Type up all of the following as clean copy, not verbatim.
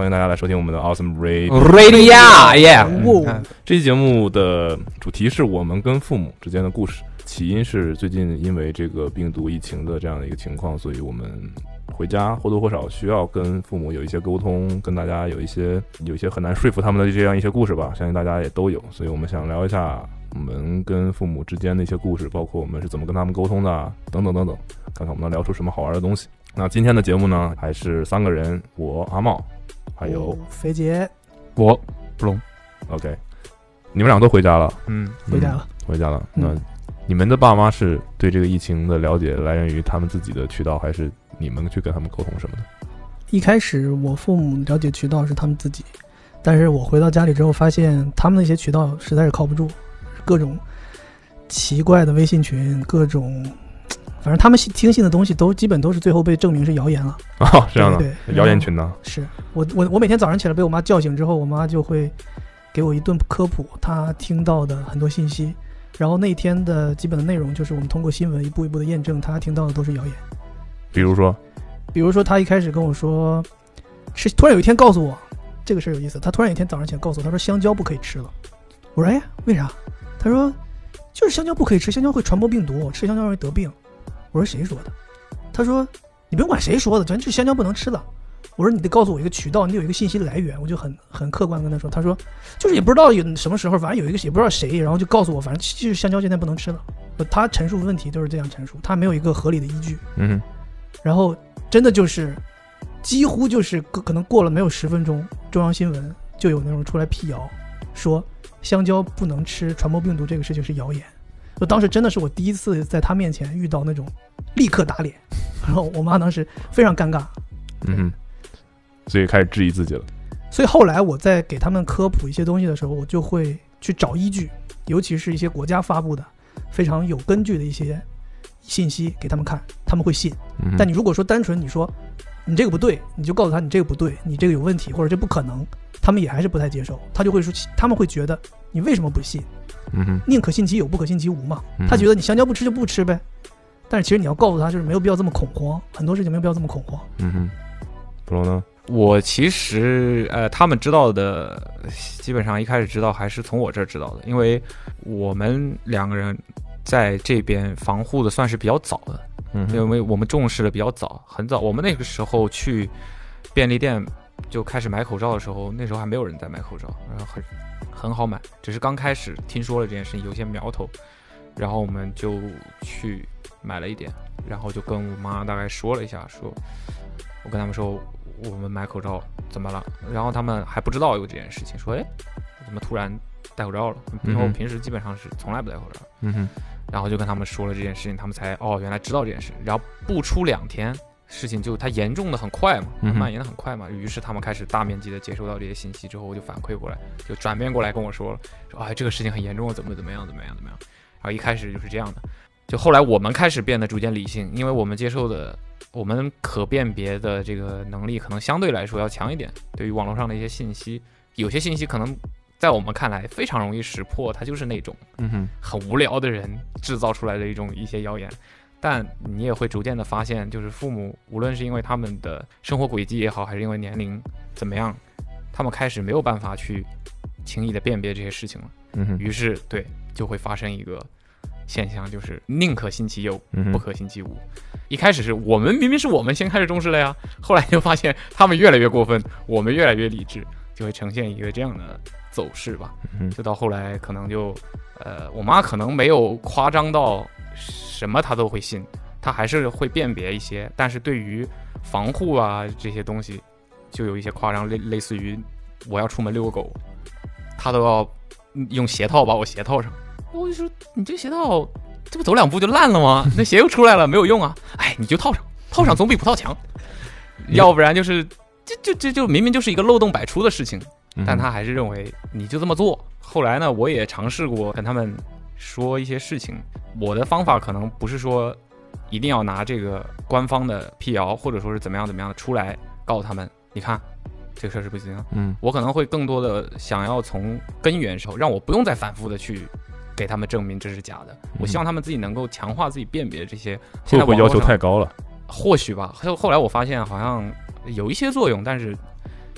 欢迎大家来收听我们的 Awesome Radio。 这期节目的主题是我们跟父母之间的故事。起因是最近因为这个病毒疫情的这样的一个情况，所以我们回家或多或少需要跟父母有一些沟通，跟大家有一些很难说服他们的这样一些故事吧，相信大家也都有，所以我们想聊一下我们跟父母之间的一些故事，包括我们是怎么跟他们沟通的等等等等，看看我们能聊出什么好玩的东西。那今天的节目呢，还是3个人，我阿茂，还有肥杰， 我布隆。 OK， 你们俩都回家了？回家了。那你们的爸妈是对这个疫情的了解来源于他们自己的渠道，还是你们去跟他们沟通什么的？ 一开始我父母了解渠道是他们自己，但是我回到家里之后发现他们那些渠道实在是靠不住，各种奇怪的微信群，各种反正他们听信的东西基本都是最后被证明是谣言了。 哦，这样的。 对， 谣言群呢？ 是我每天早上起来被我妈叫醒之后，我妈就会给我一顿科普她听到的很多信息，然后那一天的基本的内容就是我们通过新闻一步一步的验证她听到的都是谣言。 比如说她一开始跟我说，是突然有一天告诉我这个事有意思，她突然有一天早上起来告诉我，她说香蕉不可以吃了。我说哎，为啥？她说就是香蕉不可以吃，香蕉会传播病毒，吃香蕉容易得病。我说谁说的？她说你不用管谁说的，咱这香蕉不能吃了。我说你得告诉我一个渠道，你有一个信息来源。我就很客观跟他说，他说就是也不知道有什么时候，反正有一个也不知道谁，然后就告诉我，反正就是香蕉现在不能吃了。他陈述问题就是这样陈述，他没有一个合理的依据。然后真的就是几乎就是可能过了没有10分钟，中央新闻就有那种出来辟谣，说香蕉不能吃，传播病毒这个事情是谣言。就当时真的是我第一次在他面前遇到那种立刻打脸，然后我妈当时非常尴尬。 所以开始质疑自己了。 所以后来我在给他们科普一些东西的时候，我就会去找依据，尤其是一些国家发布的非常有根据的一些信息给他们看，他们会信。但你如果说单纯你说你这个不对，你就告诉他你这个不对，你这个有问题，或者这不可能，他们也还是不太接受。他就会说，他们会觉得你为什么不信？宁可信其有，不可信其无嘛。他觉得你香蕉不吃就不吃呗。但是其实你要告诉他，就是没有必要这么恐慌，很多事情没有必要这么恐慌。 不รู้呢？ 我其实他们知道的基本上一开始知道还是从我这儿知道的，因为我们2个人在这边防护的算是比较早的。因为我们重视的比较早，很早。我们那个时候去便利店就开始买口罩的时候，那时候还没有人在买口罩，然后很好买，只是刚开始听说了这件事情，有些苗头，然后我们就去买了一点，然后就跟我妈大概说了一下，我跟他们说我们买口罩怎么了，然后他们还不知道有这件事情，说哎，怎么突然戴口罩了？因为我平时基本上是从来不戴口罩。然后就跟他们说了这件事情，他们才原来知道这件事。然后不出2天，事情就它严重的很快嘛，蔓延的很快嘛。于是他们开始大面积的接收到这些信息之后，我就反馈过来，就转变过来跟我说这个事情很严重，怎么样。然后一开始就是这样的，就后来我们开始变得逐渐理性，因为我们接受的我们可辨别的这个能力可能相对来说要强一点。对于网络上的一些信息，有些信息可能在我们看来非常容易识破，它就是那种很无聊的人制造出来的一些谣言。但你也会逐渐的发现，就是父母无论是因为他们的生活轨迹也好，还是因为年龄怎么样，他们开始没有办法去轻易的辨别这些事情了。于是就会发生一个现象，就是宁可信其有，不可信其无。一开始是我们明明是我们先开始重视了呀，后来就发现他们越来越过分，我们越来越理智，就会呈现一个这样的走势吧。就到后来可能就我妈可能没有夸张到什么她都会信，她还是会辨别一些，但是对于防护啊这些东西就有一些夸张，类似于我要出门遛个狗，她都要用鞋套把我鞋套上。我就说你这鞋套这不走2步就烂了吗？那鞋又出来了没有用啊，你就套上总比不套强。要不然就是就明明就是一个漏洞百出的事情，但他还是认为你就这么做。后来呢，我也尝试过跟他们说一些事情，我的方法可能不是说一定要拿这个官方的辟谣或者说是怎么样的出来告诉他们，你看这个事儿是不行。我可能会更多的想要从根源上，让我不用再反复的去给他们证明这是假的。我希望他们自己能够强化自己辨别这些。 会不会要求太高了？ 或许吧。后来我发现好像有一些作用，但是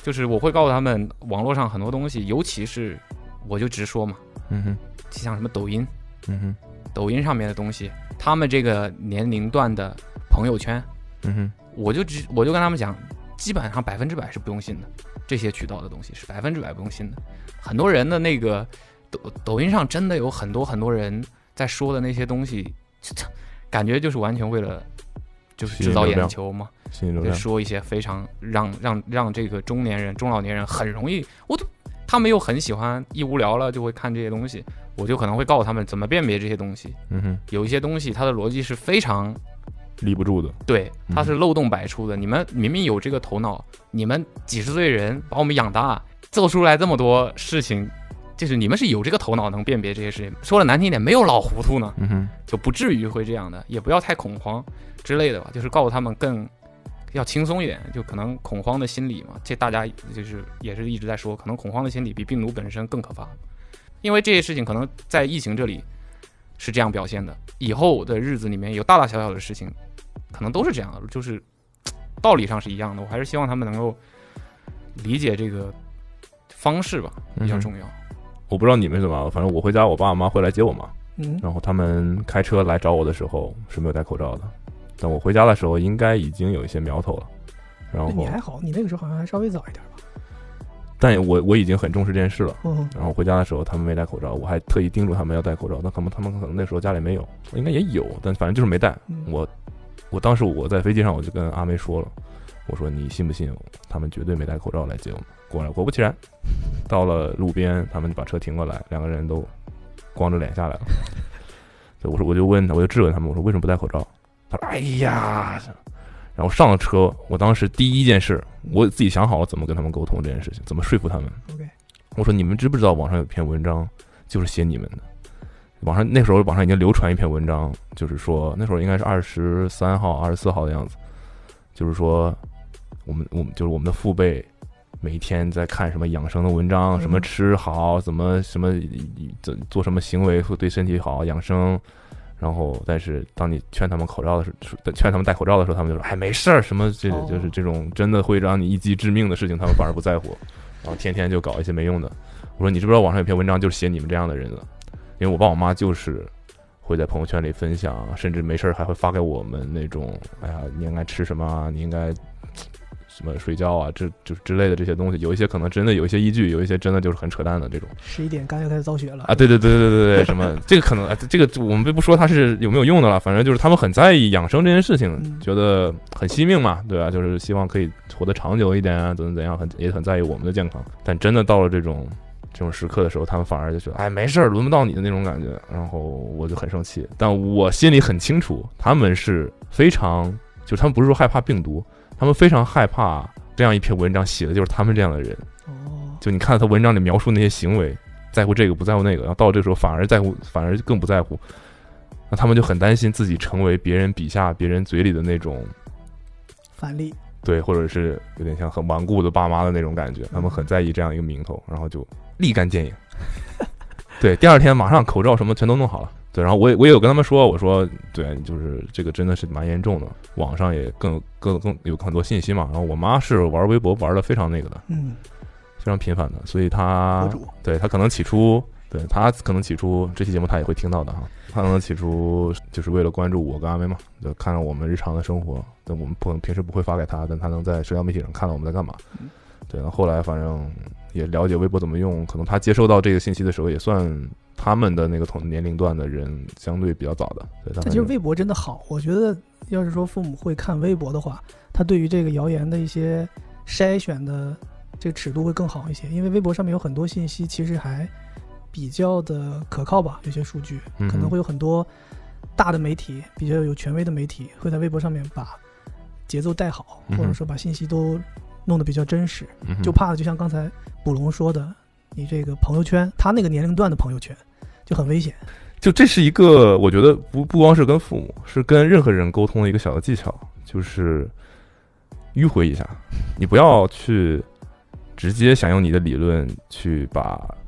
就是我会告诉他们，网络上很多东西，尤其是我就直说嘛，像什么抖音，抖音上面的东西，他们这个年龄段的朋友圈，我就跟他们讲，基本上100%是不用信的，这些渠道的东西是100%不用信的。很多人的那个抖音上真的有很多人在说的那些东西，感觉就是完全为了就是制造眼球嘛，就说一些非常让这个中老年人很容易，他们又很喜欢，一无聊了就会看这些东西，我就可能会告诉他们怎么辨别这些东西。有一些东西它的逻辑是非常立不住的， 对，它是漏洞百出的。你们明明有这个头脑，你们几十岁人把我们养大，做出来这么多事情，就是你们是有这个头脑能辨别这些事情。说的难听一点，没有老糊涂呢，就不至于会这样的，也不要太恐慌之类的吧。就是告诉他们更要轻松一点，就可能恐慌的心理嘛，这大家就是也是一直在说，可能恐慌的心理比病毒本身更可怕，因为这些事情可能在疫情这里是这样表现的，以后的日子里面有大大小小的事情，可能都是这样的，就是道理上是一样的。我还是希望他们能够理解这个方式吧，比较重要。 我不知道你们怎么，反正我回家，我爸妈会来接我嘛，然后他们开车来找我的时候是没有戴口罩的。但我回家的时候应该已经有一些苗头了，然后你还好，你那个时候好像还稍微早一点吧。 但我已经很重视这件事了。然后回家的时候他们没戴口罩，我还特意叮嘱他们要戴口罩。那他们可能那时候家里没有，应该也有，但反正就是没戴。我当时我在飞机上我就跟阿梅说了，我说你信不信他们绝对没戴口罩来接我们？果不其然，到了路边他们就把车停过来，两个人都光着脸下来了。我就质问他们，我说为什么不戴口罩？他说：“哎呀！”然后上了车，我当时第一件事，我自己想好了怎么跟他们沟通这件事情，怎么说服他们。我说：“你们知不知道网上有篇文章就是写你们的？那时候网上已经流传一篇文章，就是说那时候应该是23号、24号的样子，就是说我们就是我们的父辈每一天在看什么养生的文章，什么吃好，怎么做什么行为会对身体好，养生。”然后，但是当你劝他们戴口罩的时候，他们就说：“哎，没事儿，什么就是这种真的会让你一击致命的事情，他们反而不在乎，然后天天就搞一些没用的。”我说：“你知不知道网上有篇文章就是写你们这样的人的？因为我爸我妈就是会在朋友圈里分享，甚至没事还会发给我们那种，哎呀，你应该吃什么啊？你应该什么睡觉啊，就之类的这些东西，有一些可能真的有一些依据，有一些真的就是很扯淡的这种。 11点刚又开始造血了啊！对，什么这个可能这个我们不说它是有没有用的了，反正就是他们很在意养生这件事情，觉得很惜命嘛，对吧？就是希望可以活得长久一点啊，怎样，也很在意我们的健康。但真的到了这种时刻的时候，他们反而就觉得哎没事儿，轮不到你的那种感觉，然后我就很生气。但我心里很清楚，他们是非常，就是他们不是说害怕病毒。他们非常害怕这样一篇文章写的就是他们这样的人。就你看他文章里描述那些行为，在乎这个不在乎那个，然后到了这个时候反而更不在乎，那他们就很担心自己成为别人笔下别人嘴里的那种反例， 对，或者是有点像很顽固的爸妈的那种感觉，他们很在意这样一个名头，然后就立竿见影。对，第二天马上口罩什么全都弄好了。对，然后我也有跟他们说，我说对，就是这个真的是蛮严重的，网上也更有很多信息嘛。然后我妈是玩微博玩的非常那个的，非常频繁的，所以她可能起初这期节目她也会听到的哈。她可能起初就是为了关注我跟阿梅嘛，就看到我们日常的生活，但我们平时不会发给她，但她能在社交媒体上看到我们在干嘛。对，然后后来反正也了解微博怎么用，可能她接收到这个信息的时候也算他们的那个同年龄段的人相对比较早的。对， 但其实微博真的好，我觉得要是说父母会看微博的话，他对于这个谣言的一些筛选的这个尺度会更好一些，因为微博上面有很多信息其实还比较的可靠吧，有些数据可能会有很多大的媒体比较有权威的媒体会在微博上面把节奏带好，或者说把信息都弄得比较真实，就怕的就像刚才卜龙说的，你这个朋友圈，他那个年龄段的朋友圈就很危险。 就这是一个我觉得不光是跟父母，是跟任何人沟通的一个小的技巧，就是迂回一下，你不要去直接想用你的理论去把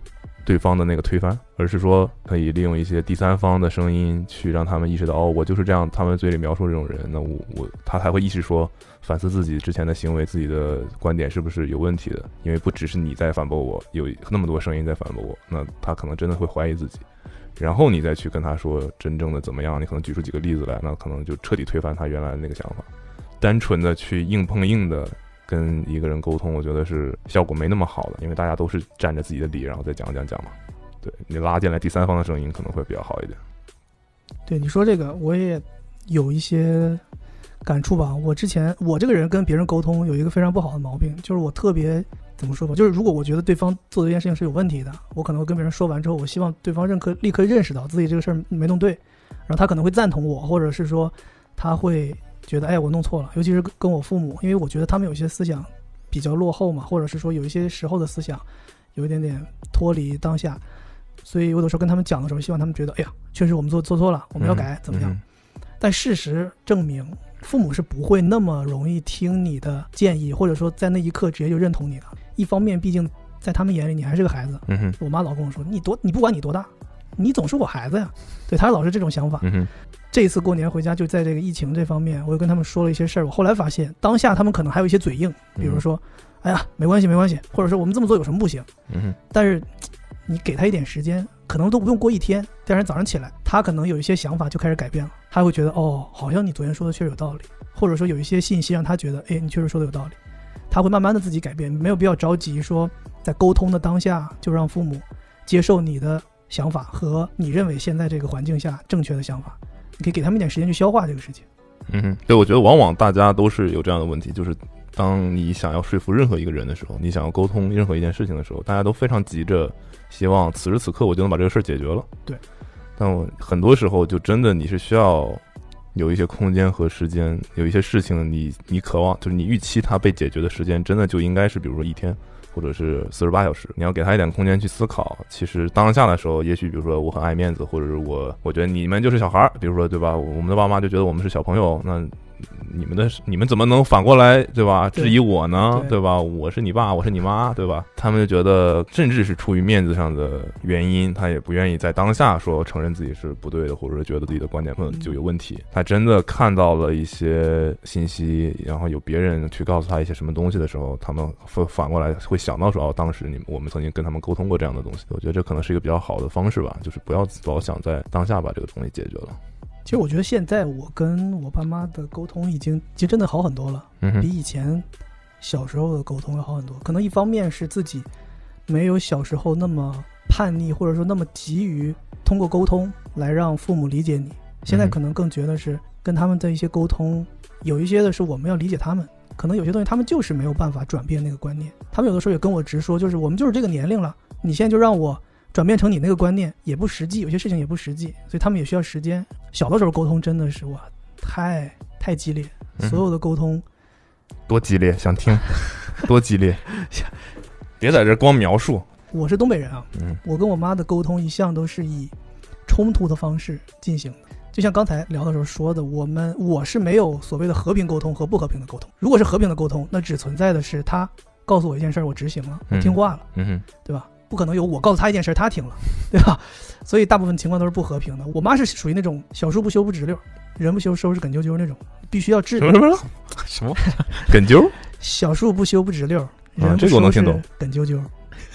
对方的那个推翻，而是说可以利用一些第三方的声音去让他们意识到，哦，我就是这样，他们嘴里描述这种人，那他才会意识说反思自己之前的行为，自己的观点是不是有问题的，因为不只是你在反驳我，有那么多声音在反驳我，那他可能真的会怀疑自己，然后你再去跟他说真正的怎么样，你可能举出几个例子来，那可能就彻底推翻他原来的那个想法。单纯的去硬碰硬的跟一个人沟通，我觉得是效果没那么好的，因为大家都是站着自己的理，然后再讲嘛。对，你拉进来第三方的声音可能会比较好一点。 对，你说这个我也有一些感触吧。我这个人跟别人沟通有一个非常不好的毛病，就是我特别怎么说吧，就是如果我觉得对方做的这件事情是有问题的，我可能会跟别人说完之后，我希望对方立刻认识到自己这个事儿没弄对，然后他可能会赞同我，或者是说他会觉得我弄错了，尤其是跟我父母，因为我觉得他们有些思想比较落后嘛，或者是说有一些时候的思想有一点点脱离当下，所以有的时候跟他们讲的时候，希望他们觉得确实我们做错了，我们要改怎么样。但事实证明，父母是不会那么容易听你的建议，或者说在那一刻直接就认同你的。一方面毕竟在他们眼里你还是个孩子，我妈老跟我说你不管你多大，你总是我孩子呀，对，他老是这种想法。这一次过年回家，就在这个疫情这方面，我又跟他们说了一些事儿。我后来发现，当下他们可能还有一些嘴硬，比如说，哎呀，没关系，或者说我们这么做有什么不行？但是你给他一点时间，可能都不用过一天，第二天早上起来，他可能有一些想法就开始改变了。他会觉得，好像你昨天说的确实有道理，或者说有一些信息让他觉得，你确实说的有道理。他会慢慢的自己改变，没有必要着急说在沟通的当下就让父母接受你的想法和你认为现在这个环境下正确的想法。你可以给他们一点时间去消化这个事情。 对，我觉得往往大家都是有这样的问题，就是当你想要说服任何一个人的时候，你想要沟通任何一件事情的时候，大家都非常急着希望此时此刻我就能把这个事儿解决了。 对， 但我很多时候就真的你是需要有一些空间和时间，有一些事情你渴望，就是你预期它被解决的时间真的就应该是比如说一天或者是48小时，你要给他一点空间去思考。其实当下的时候，也许比如说我很爱面子，或者是我觉得你们就是小孩，比如说对吧，我们的爸妈就觉得我们是小朋友，那你们怎么能反过来对吧质疑我呢？ 对吧，我是你爸，我是你妈，对吧？他们就觉得甚至是出于面子上的原因，他也不愿意在当下说承认自己是不对的，或者是觉得自己的观点就有问题。他真的看到了一些信息，然后有别人去告诉他一些什么东西的时候，他们反过来会想到说，当时我们曾经跟他们沟通过这样的东西。我觉得这可能是一个比较好的方式吧，就是不要老想在当下把这个东西解决了。 其实我觉得现在我跟我爸妈的沟通已经真的好很多了，比以前小时候的沟通要好很多。可能一方面是自己没有小时候那么叛逆，或者说那么急于通过沟通来让父母理解你，现在可能更觉得是跟他们的一些沟通，有一些的是我们要理解他们，可能有些东西他们就是没有办法转变那个观念。他们有的时候也跟我直说，就是我们就是这个年龄了，你现在就让我转变成你那个观念也不实际，有些事情也不实际，所以他们也需要时间。小的时候沟通真的是哇，太激烈，所有的沟通多激烈，想听多激烈，别在这光描述。 我是东北人啊，我跟我妈的沟通一向都是以冲突的方式进行的。就像刚才聊的时候说的，我是没有所谓的和平沟通和不和平的沟通。如果是和平的沟通，那只存在的是他告诉我一件事，我执行了，我听话了，对吧？不可能有我告诉他一件事他听了，对吧？所以大部分情况都是不和平的。我妈是属于那种小树不修不直溜，人不修收拾梗啾啾那种，必须要治什么梗啾， 小树不修不直溜，人不这个我能听懂， 梗啾啾。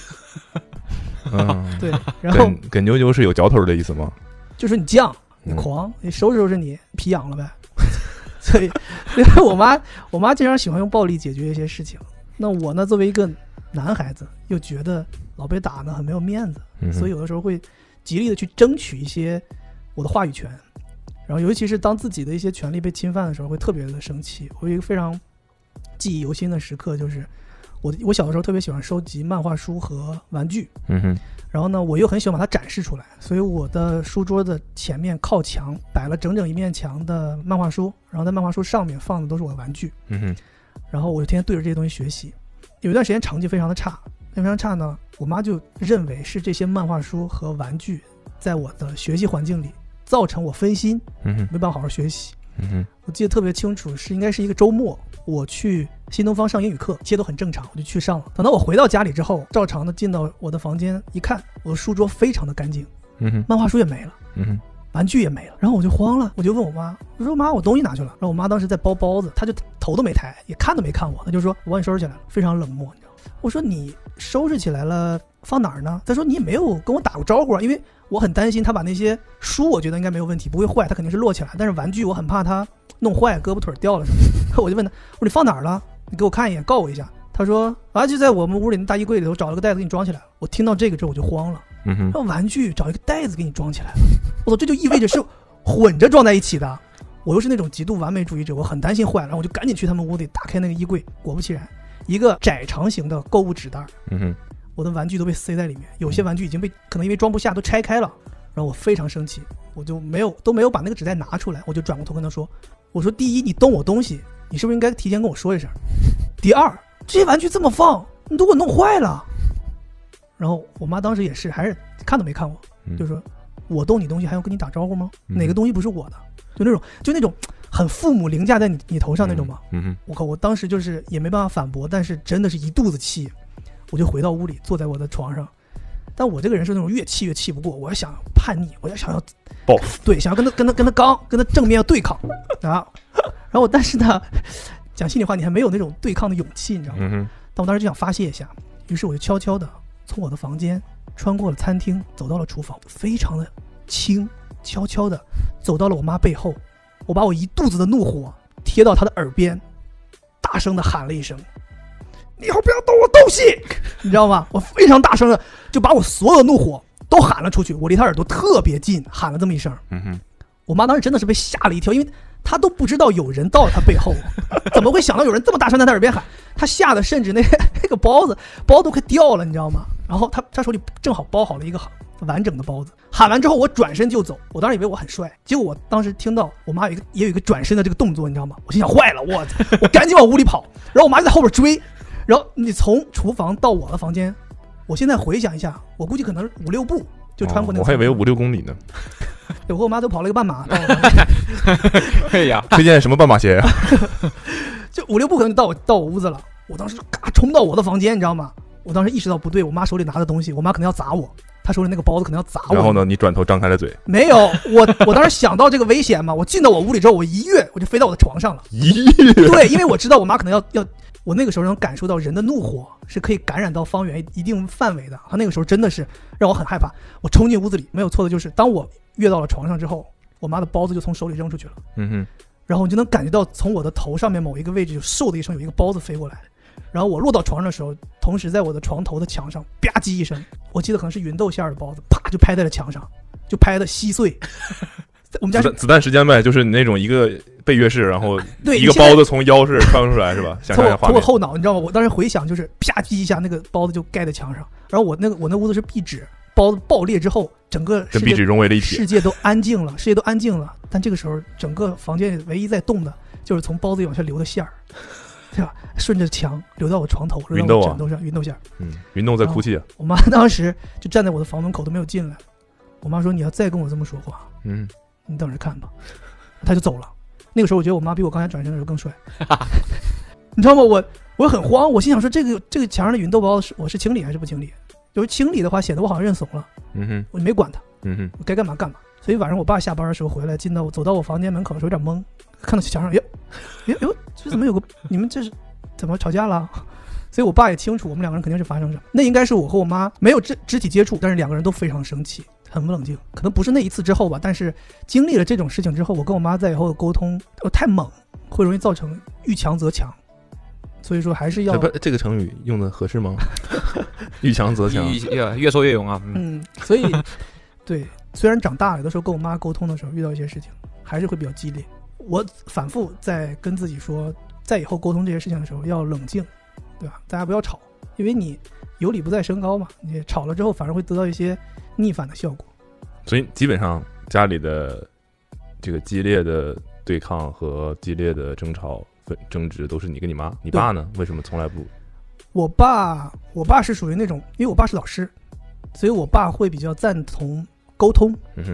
对，然后梗啾啾是有嚼头的意思吗？ 就是你犟你狂，你收拾收拾你皮痒了呗。所以因为我妈经常喜欢用暴力解决一些事情，那我呢作为一个男孩子又觉得老被打呢很没有面子，所以有的时候会极力的去争取一些我的话语权，然后尤其是当自己的一些权利被侵犯的时候会特别的生气。我有一个非常记忆犹新的时刻，就是我小的时候特别喜欢收集漫画书和玩具，然后呢我又很喜欢把它展示出来，所以我的书桌的前面靠墙摆了整整一面墙的漫画书，然后在漫画书上面放的都是我的玩具，然后我就天天对着这些东西学习。有一段时间成绩非常的差，非常差呢，我妈就认为是这些漫画书和玩具在我的学习环境里造成我分心，没办法好好学习。 我记得特别清楚，应该是一个周末，我去新东方上英语课，一切都很正常，我就去上了。等到我回到家里之后，照常的进到我的房间一看，我的书桌非常的干净，漫画书也没了，玩具也没了。然后我就慌了，我就问我妈，我说妈，我东西哪去了？然后我妈当时在包包子，她就头都没抬，也看都没看我，她就说我帮你收拾起来了，非常冷漠，你知道吗？我说你收拾起来了放哪儿呢？她说你也没有跟我打过招呼啊，因为我很担心她把那些书，我觉得应该没有问题，不会坏，她肯定是摞起来，但是玩具我很怕她弄坏，胳膊腿掉了什么的。我就问她，我说你放哪儿了？你给我看一眼，告我一下。她说啊，就在我们屋里的大衣柜里头找了个袋子给你装起来了。我听到这个之后我就慌了，让玩具找一个袋子给你装起来了，我说这就意味着是混着装在一起的。我又是那种极度完美主义者，我很担心坏了，然后我就赶紧去他们屋里打开那个衣柜，果不其然，一个窄长型的购物纸袋，我的玩具都被塞在里面，有些玩具已经被可能因为装不下都拆开了。然后我非常生气，我就没有把那个纸袋拿出来，我就转过头跟他说，我说第一，你动我东西，你是不是应该提前跟我说一声？第二，这些玩具这么放，你都给我弄坏了。然后我妈当时也是，还是看都没看我，就说我动你东西还要跟你打招呼吗？哪个东西不是我的？就那种很父母凌驾在你头上那种嘛。我靠，我当时就是也没办法反驳，但是真的是一肚子气，我就回到屋里坐在我的床上。但我这个人是那种越气越气不过，我要想叛逆，我要想要报复， 对，想要跟他正面要对抗啊。然后但是呢，讲心里话，你还没有那种对抗的勇气，你知道吗？但我当时就想发泄一下，于是我就悄悄的从我的房间穿过了餐厅，走到了厨房，非常的轻，悄悄的走到了我妈背后，我把我一肚子的怒火贴到她的耳边，大声的喊了一声，你以后不要动我东西，你知道吗？我非常大声的就把我所有的怒火都喊了出去，我离她耳朵特别近，喊了这么一声。我妈当时真的是被吓了一跳，因为她都不知道有人到了她背后，怎么会想到有人这么大声在她耳边喊？她吓得甚至那个包都快掉了，你知道吗？然后她手里正好包好了一个完整的包子。喊完之后我转身就走，我当时以为我很帅，结果我当时听到我妈也有一个转身的这个动作，你知道吗？我心想坏了，我赶紧往屋里跑，然后我妈就在后边追。然后你从厨房到我的房间，我现在回想一下，我估计可能5-6步就穿过那个。 我还以为5-6公里呢。 我和我妈都跑了一个半马。 哎呀， 推荐什么半马鞋呀？ 就5-6步可能就到我屋子了。我当时嘎冲到我的房间，你知道吗？我当时意识到不对，我妈手里拿的东西，我妈可能要砸我，她手里那个包子可能要砸我。 然后呢，你转头张开了嘴。 没有，我当时想到这个危险嘛，我进到我屋里之后，我一跃我就飞到我的床上了。 一跃？ 对，因为我知道我妈可能要。我那个时候能感受到人的怒火是可以感染到方圆一定范围的，他那个时候真的是让我很害怕。我冲进屋子里，没有错的就是当我跃到了床上之后，我妈的包子就从手里扔出去了。然后我就能感觉到从我的头上面某一个位置就嗖的一声有一个包子飞过来，然后我落到床上的时候，同时在我的床头的墙上吧唧一声，我记得可能是芸豆馅的包子，啪就拍在了墙上，就拍得稀碎。我们家子弹时间呗，就是你那种一个背跃式，然后一个包子从腰式穿出来是吧？想象一下画面。 从我后脑，你知道吗？我当时回想就是啪叽一下，那个包子就盖在墙上。然后我那屋子是壁纸，包子爆裂之后，整个跟壁纸融为了一体， 世界都安静了，世界都安静了。但这个时候，整个房间里唯一在动的就是从包子往下流的馅儿，对吧？顺着墙流到我床头，流到我枕头上，芸豆馅儿。 芸豆在哭泣啊！ 我妈当时就站在我的房门口都没有进来。我妈说：“你要再跟我这么说话，你等着看吧。”他就走了。那个时候我觉得我妈比我刚才转身的时候更帅。你知道吗？我很慌，我心想说这个墙上的芸豆包我是清理还是不清理？就是清理的话显得我好像认怂了。我就没管他。我该干嘛干嘛。所以晚上我爸下班的时候回来，走到我房间门口的时候有点懵，看到墙上哟，这怎么有个你们这是怎么吵架了？所以我爸也清楚我们两个人肯定是发生什么。那应该是我和我妈没有肢体接触，但是两个人都非常生气。很不冷静，可能不是那一次之后吧，但是经历了这种事情之后，我跟我妈在以后的沟通太猛，会容易造成遇强则强，所以说还是要这个成语用的合适吗？遇强则强， 越挫越勇啊。 所以对，虽然长大了，有的时候跟我妈沟通的时候遇到一些事情，还是会比较激烈。我反复在跟自己说，在以后沟通这些事情的时候要冷静，对吧？大家不要吵，因为你有理不在声高嘛，你吵了之后反而会得到一些逆反的效果。 所以基本上家里的这个激烈的对抗和激烈的争吵争执都是你跟你妈。你爸呢？为什么从来不？ 我爸是属于那种，因为我爸是老师，所以我爸会比较赞同沟通。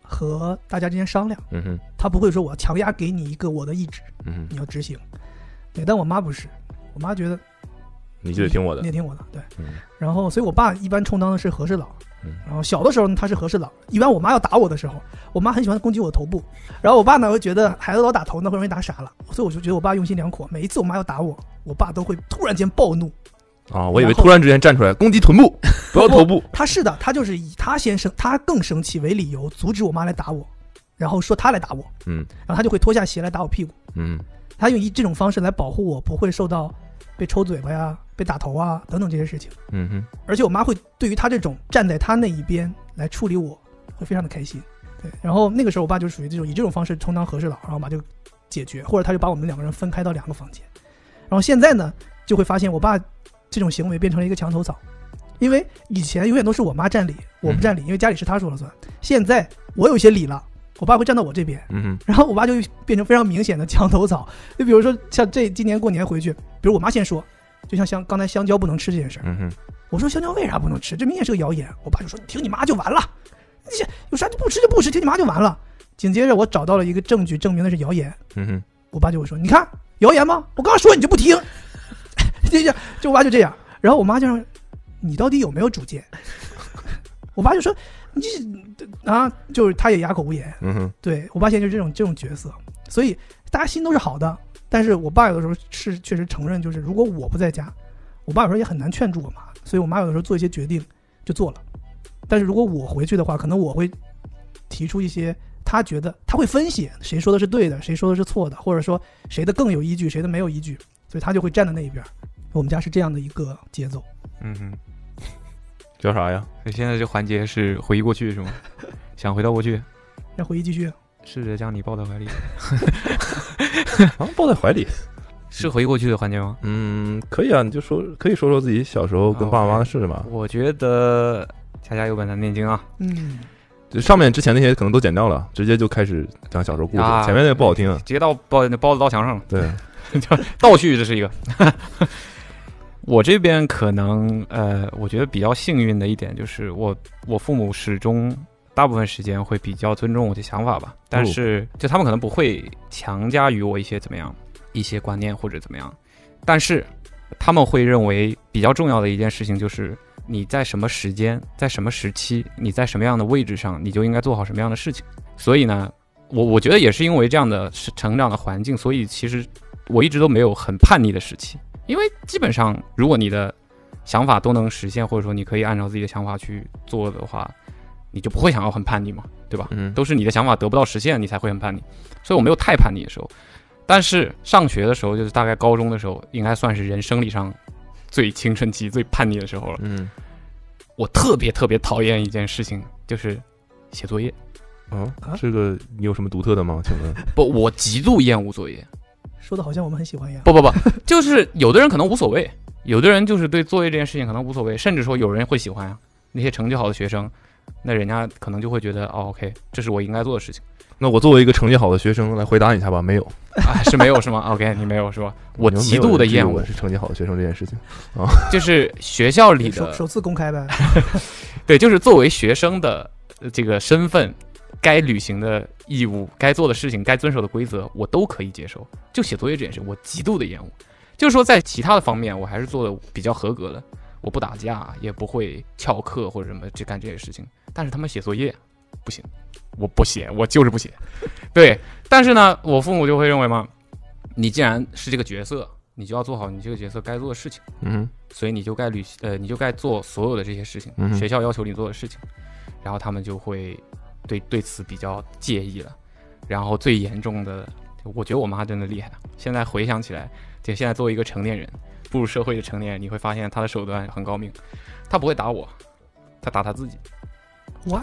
和大家之间商量， 嗯哼， 他不会说我强压给你一个我的意志， 嗯哼， 你要执行。对，但我妈不是，我妈觉得你就得听我的你，得听我的，对。 嗯然后，所以我爸一般充当的是和事佬。 嗯然后小的时候呢，他是和事佬。一般我妈要打我的时候，我妈很喜欢攻击我的头部，然后我爸呢会觉得孩子老打头呢会容易打傻了，所以我就觉得我爸用心良苦。每一次我妈要打我，我爸都会突然间暴怒。 啊，我以为突然之间站出来攻击臀部，不要头部。 他是的，他就是以他更生气为理由，阻止我妈来打我，然后说他来打我， 嗯然后他就会脱下鞋来打我屁股。 嗯他用这种方式来保护我，不会受到被抽嘴巴呀、被打头啊等等这些事情。 嗯哼， 而且我妈会对于他这种站在他那一边来处理我，会非常的开心。对，然后那个时候我爸就属于这种以这种方式充当和事佬，然后把这个解决，或者他就把我们两个人分开到2个房间。然后现在呢，就会发现我爸这种行为变成了一个墙头草，因为以前永远都是我妈占理，我不占理，因为家里是他说了算。现在我有一些理了，我爸会站到我这边， 嗯哼， 然后我爸就变成非常明显的墙头草。就比如说像今年过年回去，比如我妈先说，就像刚才香蕉不能吃这件事儿， 嗯哼， 我说香蕉为啥不能吃？这明显是个谣言。我爸就说你听你妈就完了，这有啥就不吃就不吃，听你妈就完了。紧接着我找到了一个证据证明的是谣言， 嗯哼， 我爸就会说你看谣言吗？我刚刚说你就不听，就我爸就这样。然后我妈就说你到底有没有主见？我爸就说你啊，就是他也哑口无言。 嗯哼， 对，我爸现在就是这种角色，所以大家心都是好的。但是我爸有的时候是确实承认，就是如果我不在家，我爸有时候也很难劝住我妈，所以我妈有的时候做一些决定就做了。但是如果我回去的话，可能我会提出一些他觉得他会分析谁说的是对的，谁说的是错的，或者说谁的更有依据，谁的没有依据，所以他就会站在那一边。我们家是这样的一个节奏。 嗯哼， 叫啥呀？ 所以现在这环节是回忆过去是吗？想回到过去， 让回忆继续。 试着将你抱在怀里。 啊，抱在怀里。 是回忆过去的环节吗？ 嗯，可以啊，你就可以说说自己小时候跟爸爸妈妈的事嘛。 我觉得家家有本难念经啊。 嗯， 就上面之前那些可能都剪掉了，直接就开始讲小时候故事。 啊前面那个不好听啊。 直接包子到墙上了。 对， 倒叙这是一个。我这边可能我觉得比较幸运的一点就是我父母始终大部分时间会比较尊重我的想法吧，但是就他们可能不会强加于我一些怎么样一些观念或者怎么样，但是他们会认为比较重要的一件事情就是你在什么时间，在什么时期，你在什么样的位置上，你就应该做好什么样的事情。所以呢，我觉得也是因为这样的成长的环境，所以其实我一直都没有很叛逆的时期。因为基本上如果你的想法都能实现，或者说你可以按照自己的想法去做的话，你就不会想要很叛逆嘛，对吧？都是你的想法得不到实现，你才会很叛逆。所以我没有太叛逆的时候，但是上学的时候，就是大概高中的时候，应该算是人生理上最青春期最叛逆的时候了。我特别讨厌一件事情，就是写作业。 这个你有什么独特的吗？请问？ 不，我极度厌恶作业。 说的好像我们很喜欢一样。 不，就是有的人可能无所谓，有的人就是对作业这件事情可能无所谓，甚至说有人会喜欢啊。那些成绩好的学生，那人家可能就会觉得OK， 这是我应该做的事情。 那我作为一个成绩好的学生来回答你一下吧，没有啊，是没有是吗 ？OK， 你没有是吧？我极度的厌恶我是成绩好的学生这件事情啊， 就是学校里的首次公开呗。 对，就是作为学生的这个身份。该履行的义务，该做的事情，该遵守的规则，我都可以接受。就写作业这件事，我极度的厌恶。就是说，在其他的方面，我还是做的比较合格的。我不打架，也不会翘课或者什么，去干这些事情。但是他们写作业不行，我不写，我就是不写。对，但是呢，我父母就会认为嘛，你既然是这个角色，你就要做好你这个角色该做的事情。所以你就该你就该做所有的这些事情，学校要求你做的事情。然后他们就会。对此比较介意了，然后最严重的，我觉得我妈真的厉害。现在回想起来，就现在作为一个成年人，步入社会的成年人，你会发现她的手段很高明。她不会打我，她打她自己。 What？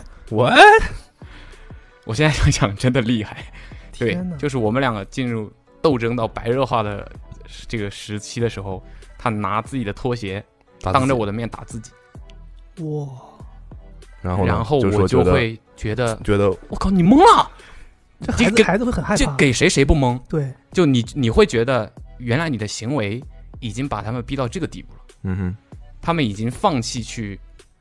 我现在想想，真的厉害。对，就是我们两个进入斗争到白热化的这个时期的时候，她拿自己的拖鞋当着我的面打自己。 哇！ 然后我就会觉得我靠，你懵了， 这孩子会很害怕， 这给谁不懵？ 对， 就你会觉得原来你的行为已经把他们逼到这个地步了。他们已经放弃去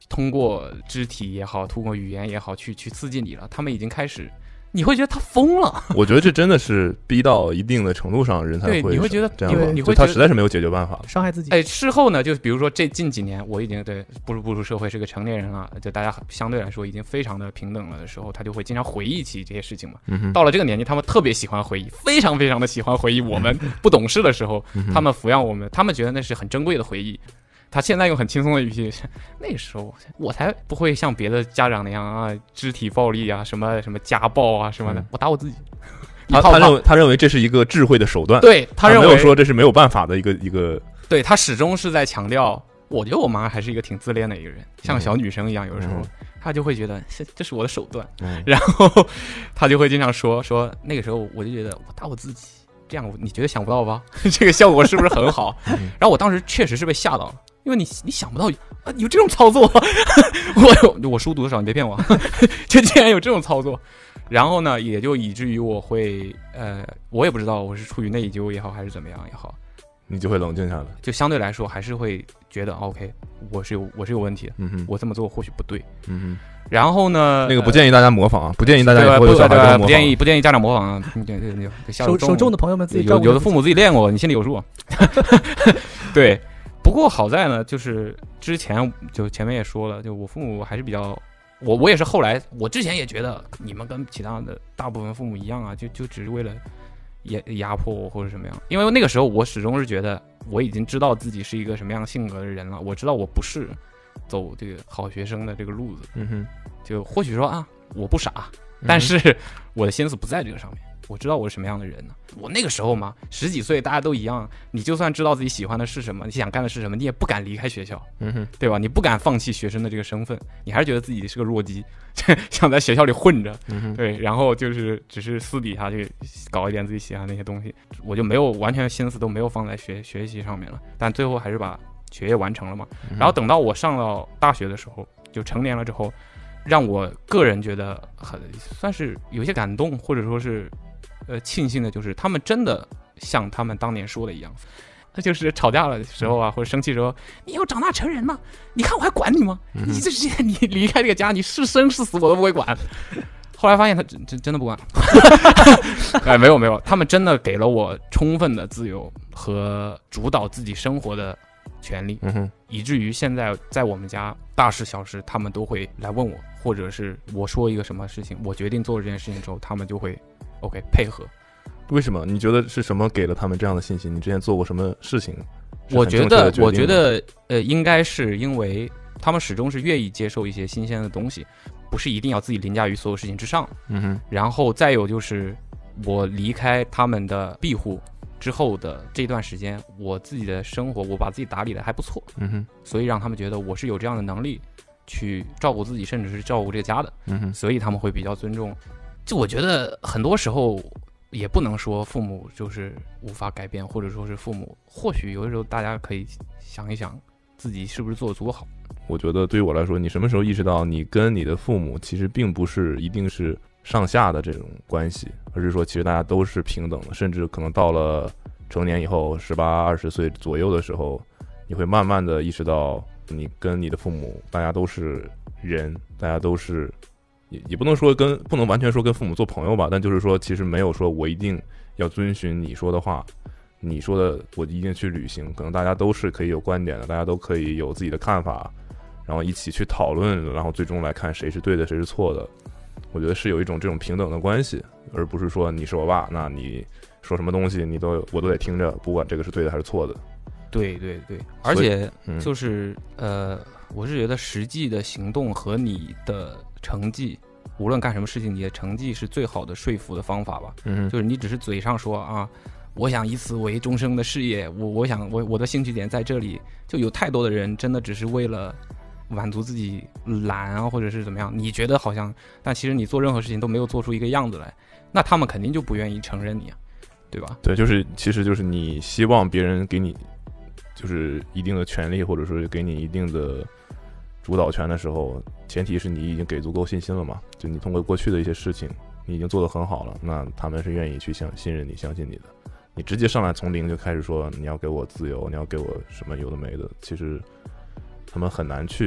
通过肢体也好，通过语言也好，去刺激你了。他们已经开始，你会觉得他疯了。 我觉得这真的是逼到一定的程度上，人才会对，你会觉得这样吧， 你会他实在是没有解决办法， 伤害自己。 哎，事后呢，就比如说这近几年，我已经对步入社会，是个成年人了，就大家相对来说已经非常的平等了的时候，他就会经常回忆起这些事情嘛。到了这个年纪，他们特别喜欢回忆，非常非常的喜欢回忆我们不懂事的时候，他们抚养我们，他们觉得那是很珍贵的回忆。他现在用很轻松的语气，那时候我才不会像别的家长那样啊，肢体暴力啊，什么家暴啊什么的，我打我自己。 他认为这是一个智慧的手段， 对他认为没有说这是没有办法的一个。 对他始终是在强调，我觉得我妈还是一个挺自恋的一个人，像小女生一样，有时候她就会觉得这是我的手段，然后她就会经常说那个时候我就觉得我打我自己，这样你觉得想不到吧？这个效果是不是很好？然后我当时确实是被吓到了。因为你想不到有这种操作，我书读的少，你别骗我，就竟然有这种操作。然后呢，也就以至于我会我也不知道我是出于内疚也好，还是怎么样也好， 你就会冷静下来， 就相对来说还是会觉得 OK， 我是有问题的，我这么做或许不对，然后呢， 那个不建议大家模仿啊，不建议大家以后有小孩模仿， 不建议家长模仿啊， 手重的朋友们自己照顾， 有的父母自己练过，你心里有数。对。不过好在呢，就是之前就前面也说了，就我父母还是比较，我也是后来，我之前也觉得你们跟其他的大部分父母一样啊，就只是为了压迫我或者什么样。因为那个时候我始终是觉得我已经知道自己是一个什么样性格的人了，我知道我不是走这个好学生的这个路子。就或许说啊，我不傻，但是我的心思不在这个上面。我知道我是什么样的人呢？我那个时候嘛，10几岁，大家都一样。你就算知道自己喜欢的是什么，你想干的是什么，你也不敢离开学校，对吧？你不敢放弃学生的这个身份，你还是觉得自己是个弱鸡，想在学校里混着，对，然后就是只是私底下去搞一点自己喜欢的那些东西，我就没有完全心思都没有放在学习上面了。但最后还是把学业完成了嘛。然后等到我上到大学的时候，就成年了之后，让我个人觉得很算是有一些感动，或者说是。庆幸的就是他们真的像他们当年说的一样，那就是吵架了的时候啊，或者生气的时候，你又长大成人了，你看我还管你吗？你这你离开这个家，你是生是死我都不会管。后来发现他真的不管，哎，没有，他们真的给了我充分的自由和主导自己生活的权利，以至于现在在我们家大事小事他们都会来问我，或者是我说一个什么事情，我决定做这件事情之后，他们就会 OK 配合。 为什么？你觉得是什么给了他们这样的信心？你之前做过什么事情？ 我觉得应该是因为他们始终是愿意接受一些新鲜的东西，不是一定要自己凌驾于所有事情之上。然后再有就是我离开他们的庇护之后的这段时间，我自己的生活我把自己打理的还不错，所以让他们觉得我是有这样的能力去照顾自己，甚至是照顾这个家的，所以他们会比较尊重。就我觉得很多时候也不能说父母就是无法改变，或者说是父母或许有的时候大家可以想一想自己是不是做得足够好。 我觉得对于我来说，你什么时候意识到你跟你的父母其实并不是一定是上下的这种关系，而是说其实大家都是平等的，甚至可能到了成年以后18、20岁左右的时候，你会慢慢的意识到你跟你的父母大家都是人，大家都是也不能说不能完全说跟父母做朋友吧，但就是说其实没有说我一定要遵循你说的话，你说的我一定去履行，可能大家都是可以有观点的，大家都可以有自己的看法，然后一起去讨论，然后最终来看谁是对的谁是错的。我觉得是有一种这种平等的关系，而不是说你是我爸，那你说什么东西我都得听着，不管这个是对的还是错的。 对，而且就是我是觉得实际的行动和你的成绩，无论干什么事情，你的成绩是最好的说服的方法吧。就是你只是嘴上说啊，我想以此为终生的事业，我想我的兴趣点在这里，就有太多的人真的只是为了满足自己懒啊，或者是怎么样，你觉得好像，但其实你做任何事情都没有做出一个样子来，那他们肯定就不愿意承认你啊，对吧？ 对，其实就是你希望别人给你就是一定的权利，或者说给你一定的主导权的时候，前提是你已经给足够信心了嘛，就你通过过去的一些事情你已经做得很好了，那他们是愿意去信任你相信你的。你直接上来从零就开始说你要给我自由，你要给我什么有的没的，其实他们很难去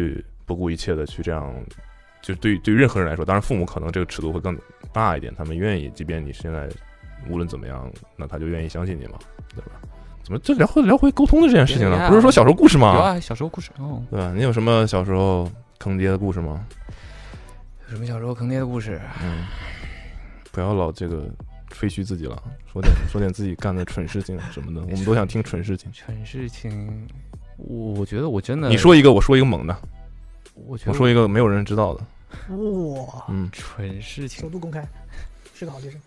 不顾一切的去这样，就对于任何人来说，当然父母可能这个尺度会更大一点，他们愿意，即便你现在无论怎么样，那他就愿意相信你嘛，对吧？怎么这聊回沟通的这件事情呢？不是说小时候故事吗？ 有啊，小时候故事哦， 对吧？你有什么小时候坑爹的故事吗？ 有什么小时候坑爹的故事？ 不要老这个吹嘘自己了，说点自己干的蠢事情什么的，我们都想听蠢事情。 蠢事情，我觉得我真的， 你说一个，我说一个猛的。 我说一个没有人知道的。 哇， 蠢事情， 首度公开，是个好学生。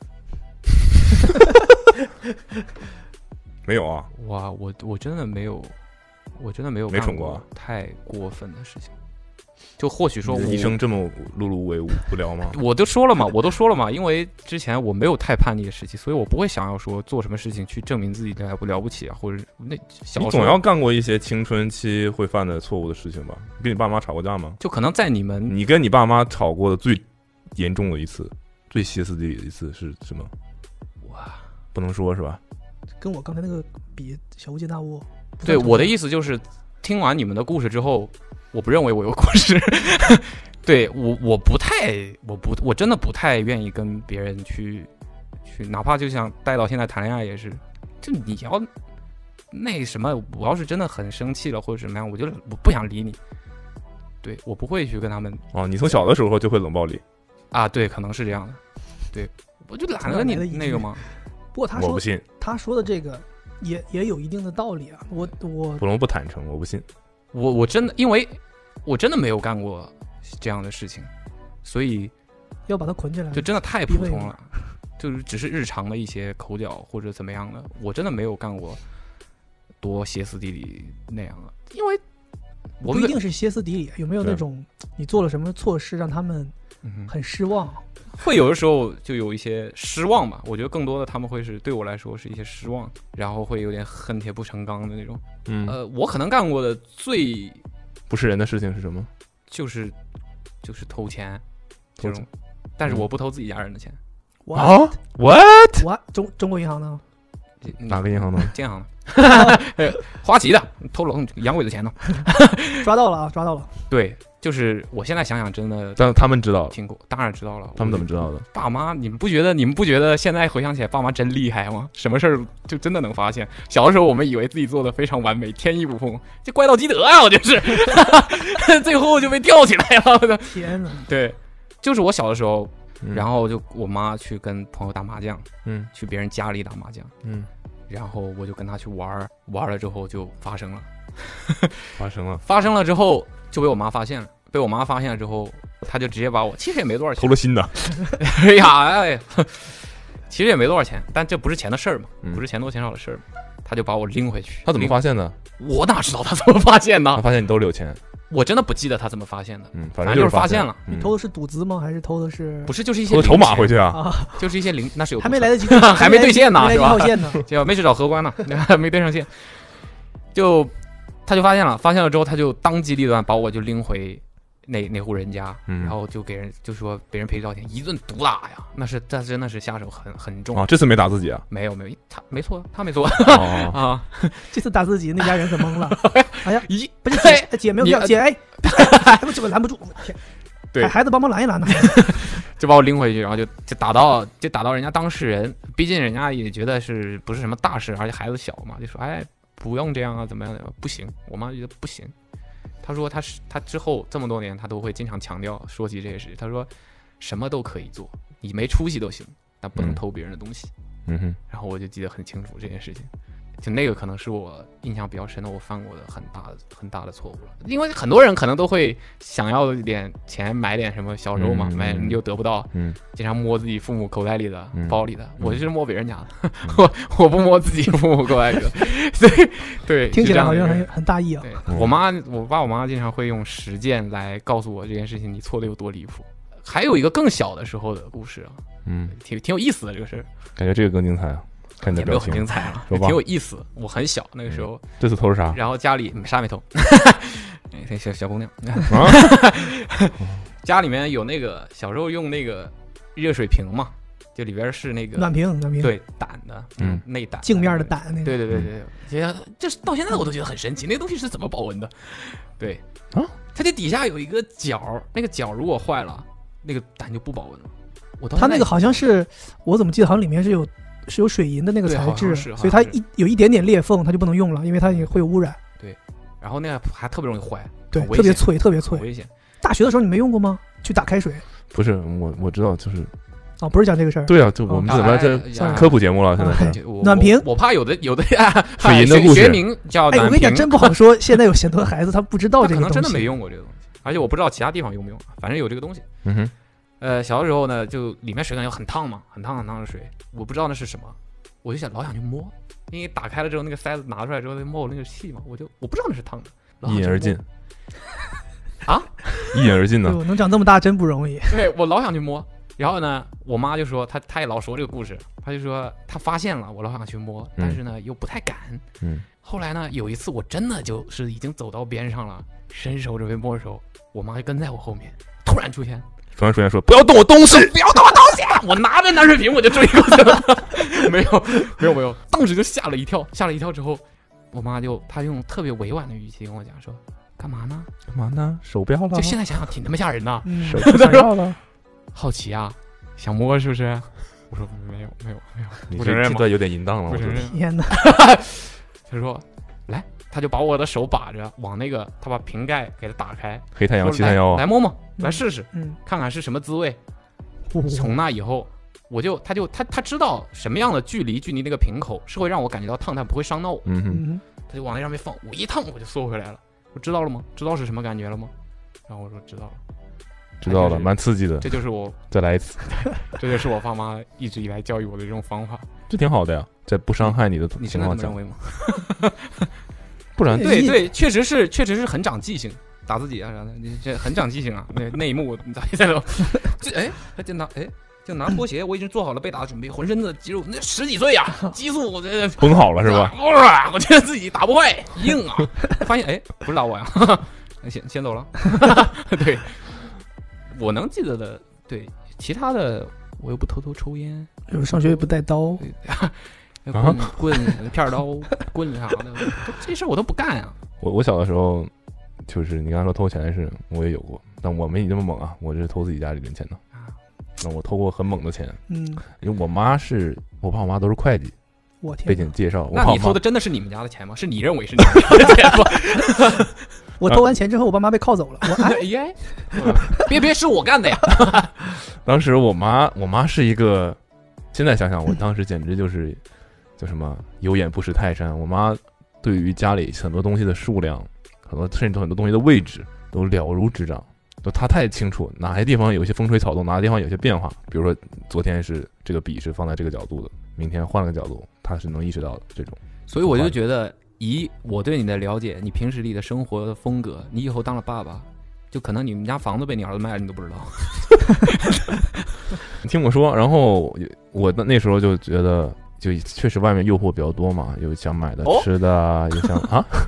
没有啊？ 哇，我真的没有， 没蠢过太过分的事情。就或许说一生这么碌碌无聊吗？ 我都说了嘛，因为之前我没有太叛逆的时期，所以我不会想要说做什么事情去证明自己了不起啊，或者那小时候你总要干过一些青春期会犯的错误的事情吧？跟你爸妈吵过架吗？ 就可能在你跟你爸妈吵过的最严重的一次、最歇斯底里的一次是什么？ 哇， 不能说是吧？ 跟我刚才那个比小巫见大巫。 对，我的意思就是，听完你们的故事之后，我不认为我有故事。对我真的不太愿意跟别人去，哪怕就像带到现在谈恋爱也是，就你要那什么，我要是真的很生气了或者怎么样，我不想理你。对，我不会去跟他们。 哦，你从小的时候就会冷暴力啊？对，可能是这样的。对，我就懒得你那个吗？ 不过我不信， 他说的这个也有一定的道理啊。我普龙不坦诚，我不信。 我真的，因为我真的没有干过这样的事情，所以要把它捆起来， 就真的太普通了，就是只是日常的一些口角或者怎么样的，我真的没有干过多歇斯底里那样的，因为我不一定是歇斯底里，有没有那种你做了什么错事让他们很失望？ 会有的时候就有一些失望吧，我觉得更多的他们会是对我来说是一些失望，然后会有点恨铁不成钢的那种。我可能干过的最不是人的事情是什么？ 就是偷钱这种，但是我不偷自己家人的钱。 What？ 中国银行呢？ 哪个银行呢？ 建行的，花旗的，偷了洋鬼子钱呢。 抓到了。 对，就是我现在想想，真的， 但他们知道了， 听过，当然知道了。 他们怎么知道的？ 爸妈，你们不觉得现在回想起来，爸妈真厉害吗？什么事儿就真的能发现。小的时候，我们以为自己做的非常完美，天衣无缝，就怪盗基德啊，我就是，最后就被吊起来了。 天哪！ 对，就是我小的时候。然后就我妈去跟朋友打麻将，去别人家里打麻将，然后我就跟他去玩了之后就发生了之后就被我妈发现了，被我妈发现了之后，她就直接把我，其实也没多少钱， 偷了新的， 其实也没多少钱，但这不是钱的事儿嘛，不是钱多钱少的事儿，他就把我拎回去。 他怎么发现的？ 我哪知道他怎么发现的？ 他发现你兜里有钱。 我真的不记得他怎么发现的， 反正就是发现了。 你偷的是赌资吗？还是偷的是？ 不是，就是一些筹码回去啊， 就是一些零，那是有还没来得及， 还没兑现呢，是吧？ 就没去找荷官呢，没对上线。他就发现了之后，他就当机立断把我就拎回那户人家，然后就给人就说别人赔多少钱，一顿毒打呀，他真的是下手很重啊。这次没打自己啊？ 没有，他没错啊。 这次打自己，那家人可懵了。哎呀， 咦， 不是姐没有票，姐哎，这个拦不住，天， 对， 孩子帮忙拦一拦呢， 就把我拎回去，然后就打到人家当事人，毕竟人家也觉得是不是什么大事，而且孩子小嘛，就说哎不用这样啊，怎么样的，不行，我妈觉得不行。他说他之后这么多年，他都会经常强调说起这些事。他说什么都可以做，你没出息都行，但不能偷别人的东西。然后我就记得很清楚这件事情，就那个可能是我印象比较深的，我犯过的很大的错误了。因为很多人可能都会想要一点钱买点什么小肉嘛，买又得不到，经常摸自己父母口袋里的、包里的。我就是摸别人家的，我不摸自己父母口袋里的。对， 听起来好像很大意啊。 我爸我妈经常会用实践来告诉我这件事情你错的有多离谱。还有一个更小的时候的故事啊，挺有意思的这个事儿，感觉这个更精彩啊。看你的表情， 很精彩了，挺有意思。我很小那个时候， 这次偷啥？ 然后家里啥没偷，小姑娘，家里面有那个小时候用那个热水瓶嘛，就里边是那个暖瓶， 对，胆的，内胆， 镜面的胆那个， 对，这到现在我都觉得很神奇，那个东西是怎么保温的？对啊， 它这底下有一个角，那个角如果坏了，那个胆就不保温了。 它那个好像是，我怎么记得好像里面是有水银的那个材质，所以它有一点点裂缝，它就不能用了，因为它也会有污染。 对，然后那个还特别容易坏， 对，特别脆，特别脆， 危险。 大学的时候你没用过吗？去打开水？ 不是，我知道，就是。 哦，不是讲这个事儿。 对啊，就我们怎么这科普节目了？现在暖瓶， 我怕有的水银的故事， 学名叫暖瓶。 我跟你讲，真不好说。现在有很多孩子他不知道这个东西， 可能真的没用过这个东西，而且我不知道其他地方用不用，反正有这个东西。小的时候呢，就里面水感觉很烫嘛，很烫的水，我不知道那是什么，我就老想去摸，因为打开了之后那个塞子拿出来之后冒那个气嘛，我不知道那是烫的， 一饮而尽。 啊， 一饮而尽呢？ 我能长这么大真不容易。 对，我老想去摸。然后呢，我妈就说她也老说这个故事，她就说她发现了，我老想去摸，但是呢又不太敢。后来呢有一次我真的就是已经走到边上了，伸手准备摸的时候，我妈就跟在我后面，突然出现说不要动我东西，不要动我东西。我拿着暖水瓶我就追过去了。没有，当时就吓了一跳之后，我妈她用特别委婉的语气跟我讲说，干嘛呢？手不要了？就现在想想挺他妈吓人的。 手不想要了。 好奇啊，想摸是不是？我说没有， 你这段有点淫荡了。 不承认。 天哪！ 他说来，他就把我的手把着往那个，他把瓶盖给它打开， 黑太阳731啊， 来摸摸，来试试，看看是什么滋味。从那以后，他知道什么样的距离那个瓶口是会让我感觉到烫，但不会伤到我。他就往那上面放，我一烫我就缩回来了。我知道了吗？知道是什么感觉了吗？然后我说知道了， 蛮刺激的。 这就是我再来一次， 这就是我爸妈一直以来教育我的这种方法。 这挺好的呀，在不伤害你的情况下。 你认为吗？ 不然对，确实是很长记性，打自己啊啥的，你这很长记性啊。那一幕你在那，他就拿拖鞋，我已经做好了被打的準備，浑身的肌肉，那10幾歲呀，激素我这绷好了是吧？ 我觉得自己打不坏，硬啊！发现不是打我呀，先走了。对。我能记得的，对其他的我又不偷抽烟， 上学也不带刀， 棍片刀棍啥的，这事我都不干啊。 我小的时候，就是你刚才说偷钱的事，我也有过，但我没你那么猛啊，我是偷自己家里零钱的。那我偷过很猛的钱，因为我爸我妈都是会计。 我天， 背景介绍， 那你偷的真的是你们家的钱吗？是你认为是你们家的钱吗？ 我偷完钱之后，我爸妈被铐走了。 别是我干的呀！ 当时我妈是一个，现在想想，我当时简直就是叫什么有眼不识泰山。我妈对于家里很多东西的数量，甚至很多东西的位置都了如指掌，她太清楚哪些地方有些风吹草动，哪些地方有些变化。比如说昨天是这个笔是放在这个角度的，明天换了个角度，她是能意识到的这种。 所以我就觉得。以我对你的了解，你平时里的生活的风格，你以后当了爸爸，就可能你们家房子被你儿子卖了，你都不知道。 你听我说，然后我那时候就觉得，就确实外面诱惑比较多嘛，有想买的吃的，有想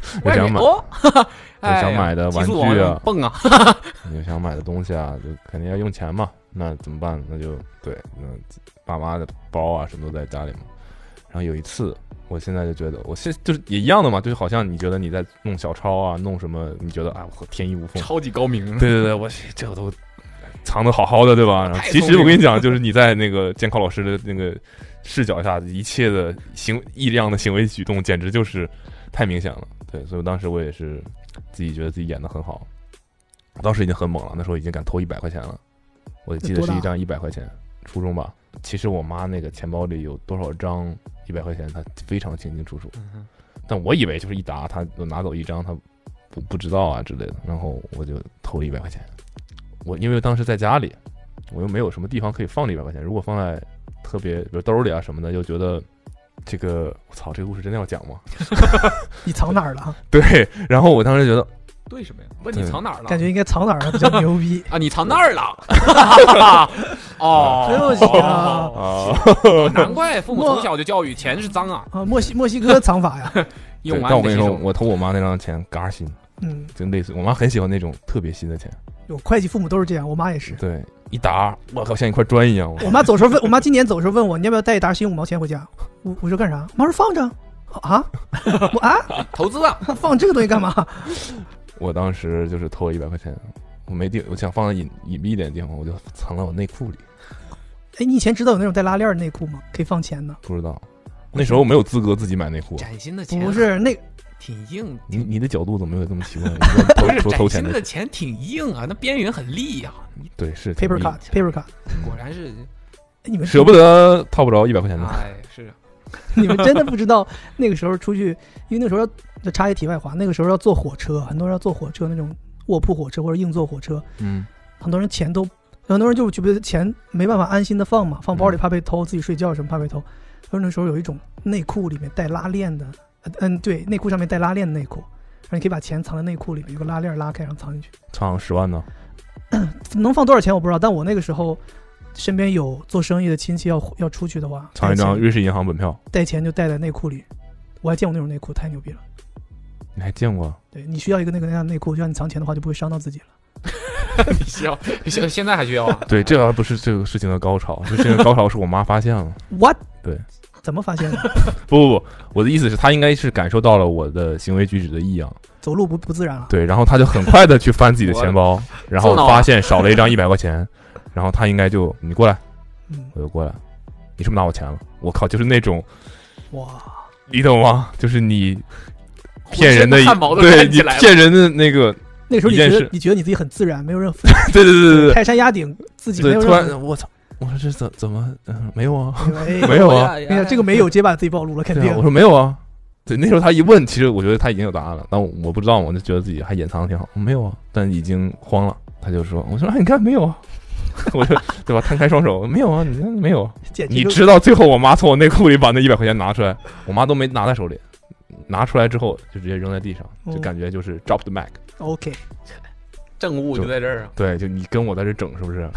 买的玩具啊， 蹦啊， 有想买的东西啊，就肯定要用钱嘛。那怎么办？那就对，那爸妈的包啊什么都在家里嘛。然后有一次。我现在就觉得，我就是也一样的嘛，就是好像你觉得你在弄小抄啊，弄什么，你觉得我天衣无缝， 超级高明。 对，我这都藏得好好的，对吧？然后其实我跟你讲，就是你在那个监考老师的那个视角下，一切的异样的行为举动，简直就是太明显了。对，所以当时我也是自己觉得自己演得很好，当时已经很猛了，那时候已经敢偷100块钱了，我记得是一张100块钱，初中吧。其实我妈那个钱包里有多少张100块钱，她非常清清楚楚。但我以为就是一沓，她就拿走一张，她不知道啊之类的。然后我就偷了100块钱。我因为当时在家里，我又没有什么地方可以放100块钱。如果放在特别比如兜里啊什么的，又觉得这个我操，这个故事真的要讲吗？ 你藏哪儿了？ 对，然后我当时觉得。 对什么呀？问你藏哪儿了？ 感觉应该藏哪儿了比较牛逼啊！你藏那儿了？哦， 真有钱啊！ 难怪父母从小就教育钱是脏啊！ 墨西哥藏法呀！ 但我跟你说，我偷我妈那张钱嘎新，就类似我妈很喜欢那种特别新的钱。 有会计父母都是这样，我妈也是。 对，一沓，我靠，像一块砖一样。 我妈走时候问，我妈今年走时候问我，你要不要带一沓新5毛钱回家？我说干啥？我妈说放着。啊，投资啊， 放这个东西干嘛？ 我当时就是偷了100块钱，我没地，我想放在隐蔽一点的地方，我就藏到我内裤里。 哎，你以前知道有那种带拉链的内裤吗？可以放钱的？ 不知道，那时候没有资格自己买内裤。 崭新的钱不是那挺硬， 你的角度怎么有这么奇怪？ 不是偷钱崭新的钱挺硬啊，那边缘很利啊。 对，是 paper cut， 果然是你们舍不得套不着100块钱的。 哎，是你们真的不知道那个时候出去，因为那时候就插一题外话，那个时候要坐火车，很多人要坐火车那种卧铺火车或者硬座火车，很多人就觉得钱没办法安心的放嘛，放包里怕被偷，自己睡觉什么怕被偷。所以那时候有一种内裤里面带拉链的，对，内裤上面带拉链的内裤，然后你可以把钱藏在内裤里面，有个拉链拉开，然后藏进去。 藏10万呢？ 能放多少钱我不知道，但我那个时候身边有做生意的亲戚要出去的话， 藏一张瑞士银行本票， 带钱就带在内裤里。我还见过那种内裤，太牛逼了。 你还见过？ 对，你需要一个那样的内裤，就让你藏钱的话就不会伤到自己了。 你需要，现在还需要啊？ 对，这还不是这个事情的高潮，这事情的高潮是我妈发现了。 What？ 对， 怎么发现的？ 不，我的意思是，她应该是感受到了我的行为举止的异样， 走路不自然了。 对，然后她就很快的去翻自己的钱包，然后发现少了一张100块钱，然后她应该就你过来，我就过来，你是不是拿我钱了？我靠，就是那种， 哇， 你懂吗？就是你骗人的， 对， 你骗人的那个。 那时候你觉得你自己很自然，没有任何对， 泰山压顶，自己没有任何。 突然我操！我说这怎么没有啊？ 没有啊！ 你看这个没有，直接把自己暴露了，肯定。 我说没有啊。对，那时候他一问，其实我觉得他已经有答案了，但我不知道，我就觉得自己还掩藏的挺好。没有啊，但已经慌了。他就说：“我说你看没有啊。”我就对吧？摊开双手，没有啊，你看没有啊。你知道最后我妈从我内裤里把那100块钱拿出来，我妈都没拿在手里。拿出来之后就直接扔在地上，就感觉就是 drop the mic。OK， 证物就在这儿啊。 对，就你跟我在这整是不是？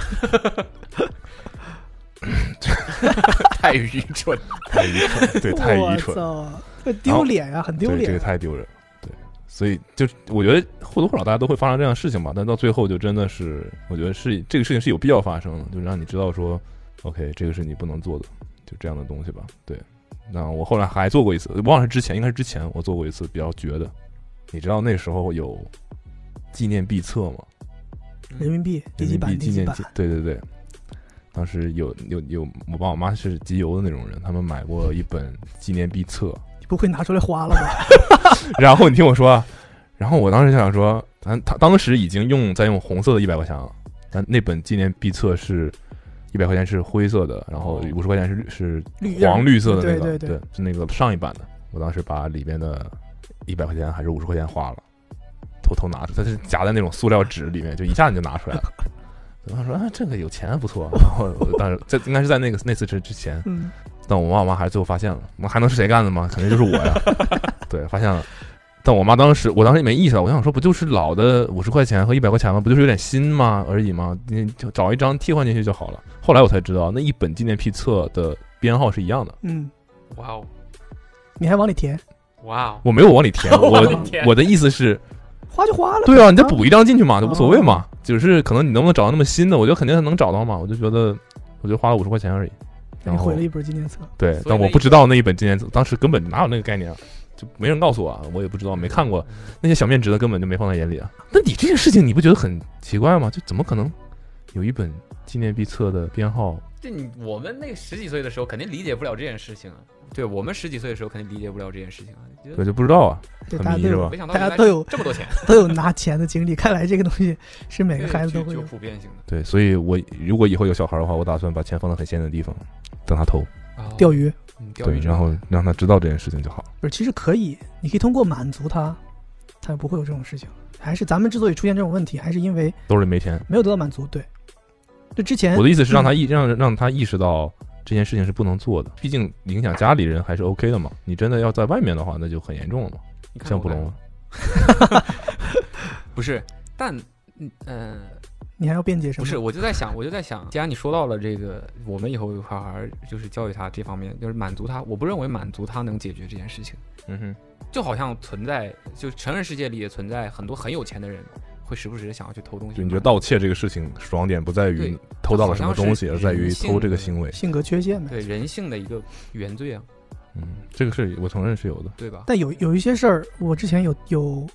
太愚蠢， 对，太愚蠢， 这丢脸啊，很丢脸。 这个太丢人。对，所以就我觉得或多或少大家都会发生这样的事情吧，但到最后就真的是，我觉得是这个事情是有必要发生的，就让你知道说 ，OK， 这个是你不能做的，就这样的东西吧。对。那我后来还做过一次，忘了是之前，应该是之前我做过一次比较绝的。你知道那时候有纪念币册吗？ 人民币第几版？ 对。当时有，我爸我妈是集邮的那种人，他们买过一本纪念币册。 你不会拿出来花了吧？ 然后你听我说，然后我当时就想说，他当时已经在用红色的100块钱了，但那本纪念币册是。100块钱是灰色的，然后50块钱是黄绿色的那个，对，是那个上一版的。我当时把里边的100块钱还是50块钱花了，偷偷拿出，它是夹在那种塑料纸里面，就一下你就拿出来了。他说啊，这个有钱不错。然后当时这应该是在那次之前，但我妈还最后发现了，还能是谁干的吗？肯定就是我呀。对，发现了。但我当时也没意识到，我想说不就是老的50块钱和100块钱吗？不就是有点新吗而已吗？你就找一张替换进去就好了。后来我才知道，那一本纪念币册的编号是一样的。 哇哦， 你还往里填？ 哇哦， 我没有往里填，我的意思是， 花就花了。 对啊，你再补一张进去嘛，就无所谓嘛。就是可能你能不能找到那么新的，我觉得肯定能找到嘛。我就花了50块钱而已。 你毁了一本纪念册。 对，但我不知道那一本纪念册，当时根本哪有那个概念啊。就没人告诉我啊，我也不知道，没看过那些小面值的，根本就没放在眼里啊。那你这件事情你不觉得很奇怪吗？就怎么可能有一本纪念币册的编号？ 我们那个10几岁的时候肯定理解不了这件事情啊。对，我们10几岁的时候肯定理解不了这件事情啊。 我就不知道啊， 对， 很迷是吧？ 大家都有这么多钱， 都有拿钱的经历。看来这个东西是每个孩子都会有普遍性的。 对，所以我如果以后有小孩的话，我打算把钱放在很显眼的地方，等他偷。 钓鱼。 对，然后让他知道这件事情就好。 不是，其实可以，你可以通过满足他，他也不会有这种事情。还是咱们之所以出现这种问题，还是因为兜里没钱， 没有得到满足。对，就之前我的意思是让他让他意识到这件事情是不能做的，毕竟影响家里人还是 OK 的嘛。你真的要在外面的话，那就很严重了嘛。像捕龙了， 不是，但你还要辩解什么？ 不是，我就在想，既然你说到了这个，我们以后小孩就是教育他这方面，就是满足他。我不认为满足他能解决这件事情。就好像存在，就成人世界里也存在很多很有钱的人，会时不时想要去偷东西。 就你觉得盗窃这个事情爽点不在于偷到了什么东西，而在于偷这个行为， 性格缺陷的， 对人性的一个原罪啊。 这个是我承认是有的， 对吧？ 但有一些事儿，我之前有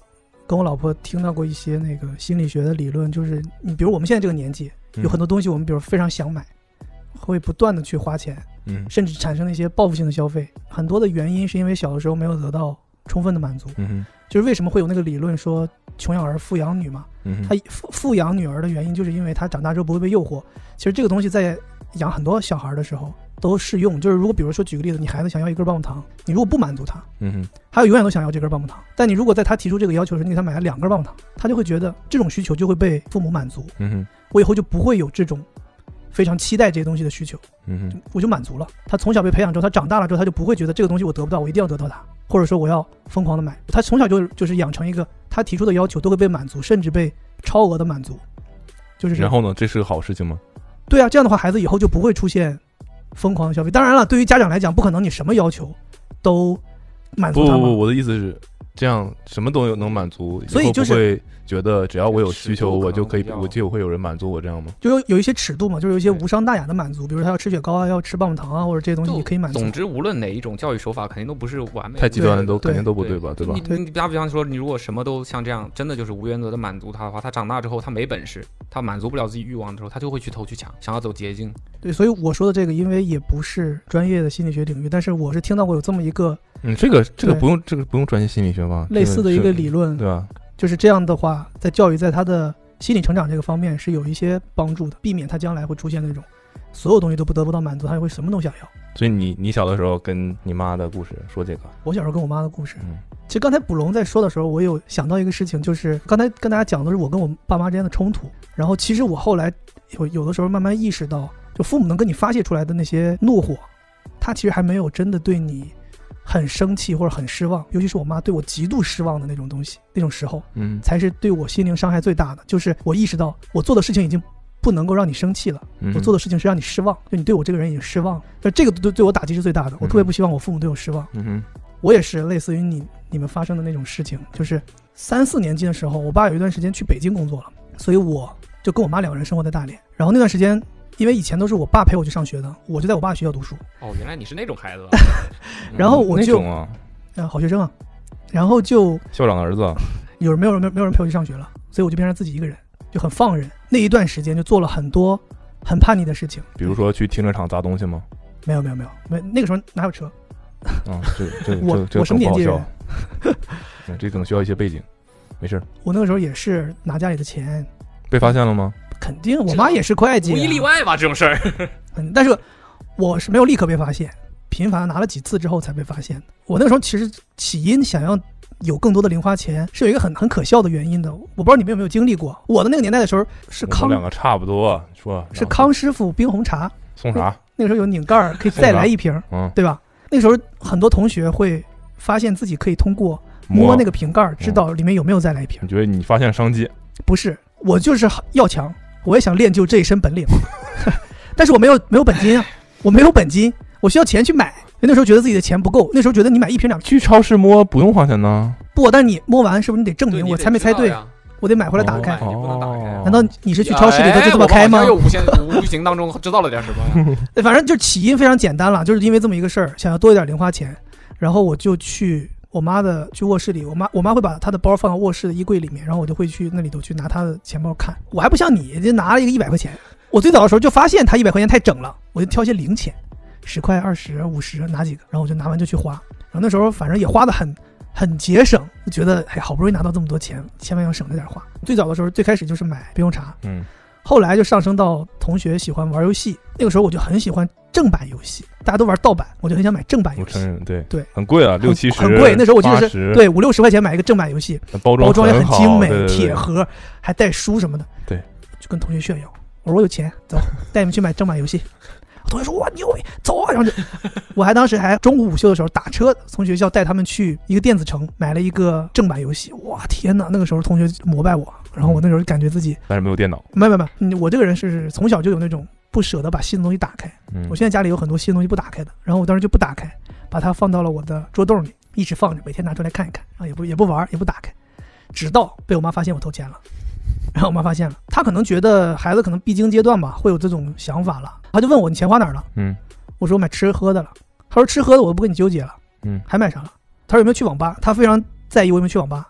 跟我老婆听到过一些那个心理学的理论，就是你比如我们现在这个年纪，有很多东西我们比如非常想买，会不断的去花钱，甚至产生了一些报复性的消费。很多的原因是因为小的时候没有得到充分的满足。就是为什么会有那个理论说穷养儿富养女嘛？他富养女儿的原因就是因为他长大之后不会被诱惑。其实这个东西在养很多小孩的时候都适用。就是如果比如说举个例子，你孩子想要一根棒棒糖，你如果不满足他，他永远都想要这根棒棒糖。但你如果在他提出这个要求时，你给他买了2根棒棒糖，他就会觉得这种需求就会被父母满足。我以后就不会有这种非常期待这些东西的需求，我就满足了。他从小被培养之后，他长大了之后，他就不会觉得这个东西我得不到，我一定要得到它，或者说我要疯狂的买。他从小就是养成一个他提出的要求都会被满足，甚至被超额的满足。就是然后呢，这是个好事情吗？ 对啊，这样的话孩子以后就不会出现疯狂的消费。当然了，对于家长来讲，不可能你什么要求都满足他嘛。 不，我的意思是这样什么都能满足， 所以就是不会觉得只要我有需求我就可以，我就会有人满足我这样吗？ 就有一些尺度嘛，就是有一些无伤大雅的满足，比如他要吃雪糕啊，要吃棒棒糖啊，或者这些东西你可以满足。 总之，无论哪一种教育手法，肯定都不是完美的， 太极端的肯定都不对吧？对吧？ 你打比方说，你如果什么都像这样，真的就是无原则的满足他的话，他长大之后他没本事，他满足不了自己欲望之后，他就会去偷去抢，想要走捷径。 对，所以我说的这个，因为也不是专业的心理学领域，但是我是听到过有这么一个， 这个不用专业心理学吧？ 类似的一个理论， 对吧？ 就是这样的话，在教育在他的心理成长这个方面是有一些帮助的，避免他将来会出现那种所有东西都得不到满足，他会什么都想要。 所以你小的时候跟你妈的故事说这个？ 我小时候跟我妈的故事，其实刚才卜龙在说的时候，我有想到一个事情，就是刚才跟大家讲的是我跟我爸妈之间的冲突，然后其实我后来有的时候慢慢意识到，就父母能跟你发泄出来的那些怒火，他其实还没有真的对你很生气或者很失望，尤其是我妈对我极度失望的那种东西，那种时候，才是对我心灵伤害最大的。就是我意识到我做的事情已经不能够让你生气了，我做的事情是让你失望，就你对我这个人已经失望了，这个对我打击是最大的。我特别不希望我父母对我失望。我也是类似于你们发生的那种事情，就是3、4年级的时候，我爸有一段时间去北京工作了，所以我就跟我妈2个人生活在大连。然后那段时间，因为以前都是我爸陪我去上学的，我就在我爸学校读书。 哦，原来你是那种孩子。 然后我就好学生啊，然后就校长的儿子， 没有人陪我去上学了，所以我就变成自己一个人，就很放任。那一段时间就做了很多很叛逆的事情， 比如说去停车场砸东西吗？ 没有，那个时候哪有车？ 我什么年纪人？ 这可能需要一些背景，没事。 我那个时候也是拿家里的钱。 被发现了吗？ 肯定，我妈也是会计， 无一例外吧这种事儿。 但是我是没有立刻被发现，频繁拿了几次之后才被发现的。我那个时候其实起因想要有更多的零花钱，是有一个很可笑的原因的。我不知道你们有没有经历过。我的那个年代的时候是我们两个差不多，说是康师傅冰红茶送啥？ 那个时候有拧盖可以再来一瓶，对吧？那个时候很多同学会发现自己可以通过摸那个瓶盖知道里面有没有再来一瓶。 你觉得你发现商机？ 不是，我就是要强，我也想练就这一身本领，但是我没有本金啊，我没有本金，我需要钱去买。那时候觉得自己的钱不够，那时候觉得你买1瓶2瓶， 去超市摸不用花钱呢。 不，但你摸完是不是你得证明我猜没猜对？我得买回来打开。 你不能打开。 难道你是去超市里头就这么开吗？ 有无形当中知道了点什么？ 反正就起因非常简单了，就是因为这么一个事儿，想要多一点零花钱，然后我就去我妈的卧室里，我妈会把她的包放到卧室的衣柜里面，然后我就会去那里头去拿她的钱包看。我还不像你，就拿了一个100块钱。我最早的时候就发现她100块钱太整了，我就挑些零钱，10块、20、50拿几个，然后我就拿完就去花。然后那时候反正也花得很节省，就觉得好不容易拿到这么多钱，千万要省着点花。最早的时候最开始就是买冰红茶，后来就上升到同学喜欢玩游戏，那个时候我就很喜欢正版游戏，大家都玩盗版，我就很想买正版游戏。 我承认，对，很贵啊，60-70， 很贵。那时候我记得是对5-60块钱买一个正版游戏，包装也很精美，铁盒还带书什么的。 对， 就跟同学炫耀，我说我有钱，走，带你们去买正版游戏。同学说哇牛，走啊！然后就，我当时还中午午休的时候打车从学校带他们去一个电子城买了一个正版游戏。哇天哪！那个时候同学膜拜我，然后我那时候感觉自己， 但是没有电脑。 没，我这个人是从小就有那种不舍得把新的东西打开。我现在家里有很多新的东西不打开的，然后我当时就不打开，把它放到了我的桌洞里，一直放着，每天拿出来看一看，然后也不玩，也不打开，直到被我妈发现我偷钱了。然后我妈发现了，她可能觉得孩子可能必经阶段吧，会有这种想法了。她就问我你钱花哪儿了？我说我买吃喝的了。她说吃喝的我都不跟你纠结了。还买啥了？她说有没有去网吧？她非常在意我有没有去网吧。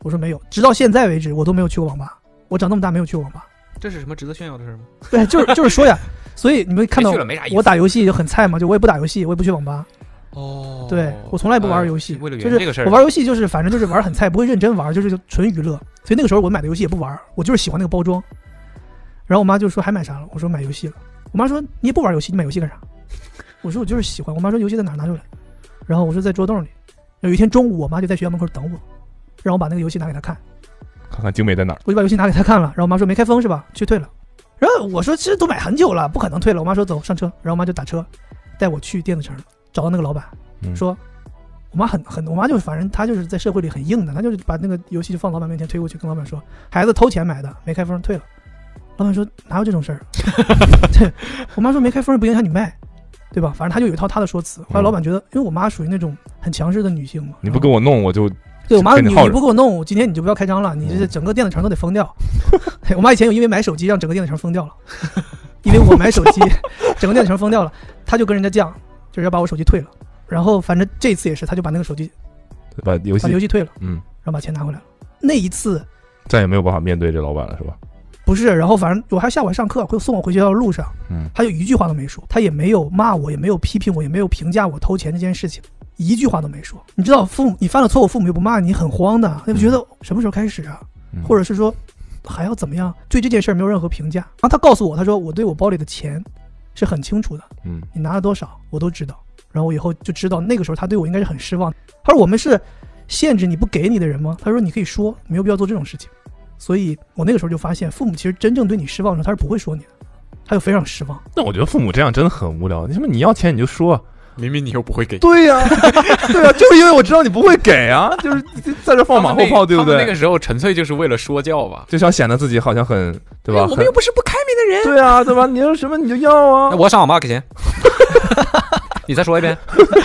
我说没有，直到现在为止我都没有去过网吧，我长那么大没有去过网吧。 这是什么值得炫耀的事吗？ 对，就是说呀，所以你们看到我打游戏就很菜嘛，就我也不打游戏，我也不去网吧。 哦， 对，我从来不玩游戏， 为了就是这个事儿， 我玩游戏就是反正就是玩很菜，不会认真玩，就是纯娱乐。所以那个时候我买的游戏也不玩，我就是喜欢那个包装。然后我妈就说还买啥了？我说买游戏了。我妈说你也不玩游戏，你买游戏干啥？我说我就是喜欢。我妈说游戏在哪拿出来？然后我说在桌洞里。有一天中午，我妈就在学校门口等我，让我把那个游戏拿给她看， 看看精美在哪儿。 我就把游戏拿给她看了，然后我妈说没开封是吧？去退了。然后我说这都买很久了，不可能退了。我妈说走上车，然后我妈就打车带我去电子城，找到那个老板，说我妈我妈就反正她就是在社会里很硬的，她就是把那个游戏就放老板面前推过去，跟老板说孩子偷钱买的，没开封退了。老板说哪有这种事儿？对，我妈说没开封不影响你卖，对吧？反正他就有一套他的说辞。后来老板觉得，因为我妈属于那种很强势的女性嘛， 你不跟我弄我就对我妈你不给我弄，今天你就不要开张了，你这整个电子城都得封掉。我妈以前有因为买手机让整个电子城封掉了，因为我买手机整个电子城封掉了，他就跟人家犟，就是要把我手机退了。然后反正这次也是，他就把那个手机把游戏退了，然后把钱拿回来了。那一次再也没有办法面对这老板了，是吧？ 不是，然后反正下午还上课，会送我回学校的路上，他就一句话都没说，他也没有骂我，也没有批评我，也没有评价我偷钱这件事情，一句话都没说。你知道父母你犯了错误，父母又不骂你，很慌的，他就觉得什么时候开始啊，或者是说还要怎么样，对这件事没有任何评价。然后他告诉我，他说我对我包里的钱是很清楚的，你拿了多少我都知道。然后我以后就知道，那个时候他对我应该是很失望。他说我们是限制你不给你的人吗？他说你可以说，没有必要做这种事情。所以我那个时候就发现，父母其实真正对你失望的时候，他是不会说你的，他就非常失望。 那我觉得父母这样真的很无聊。你什么你要钱你就说， 明明你又不会给。 对呀、对呀、就是因为我知道你不会给啊，就是在这放马后炮，对不对？ 那个时候纯粹就是为了说教吧， 就想显得自己好像很对吧？ 我们又不是不开明的人。 对啊，对吧？你要什么你就要啊。 那我上网吧给钱。你再说一遍。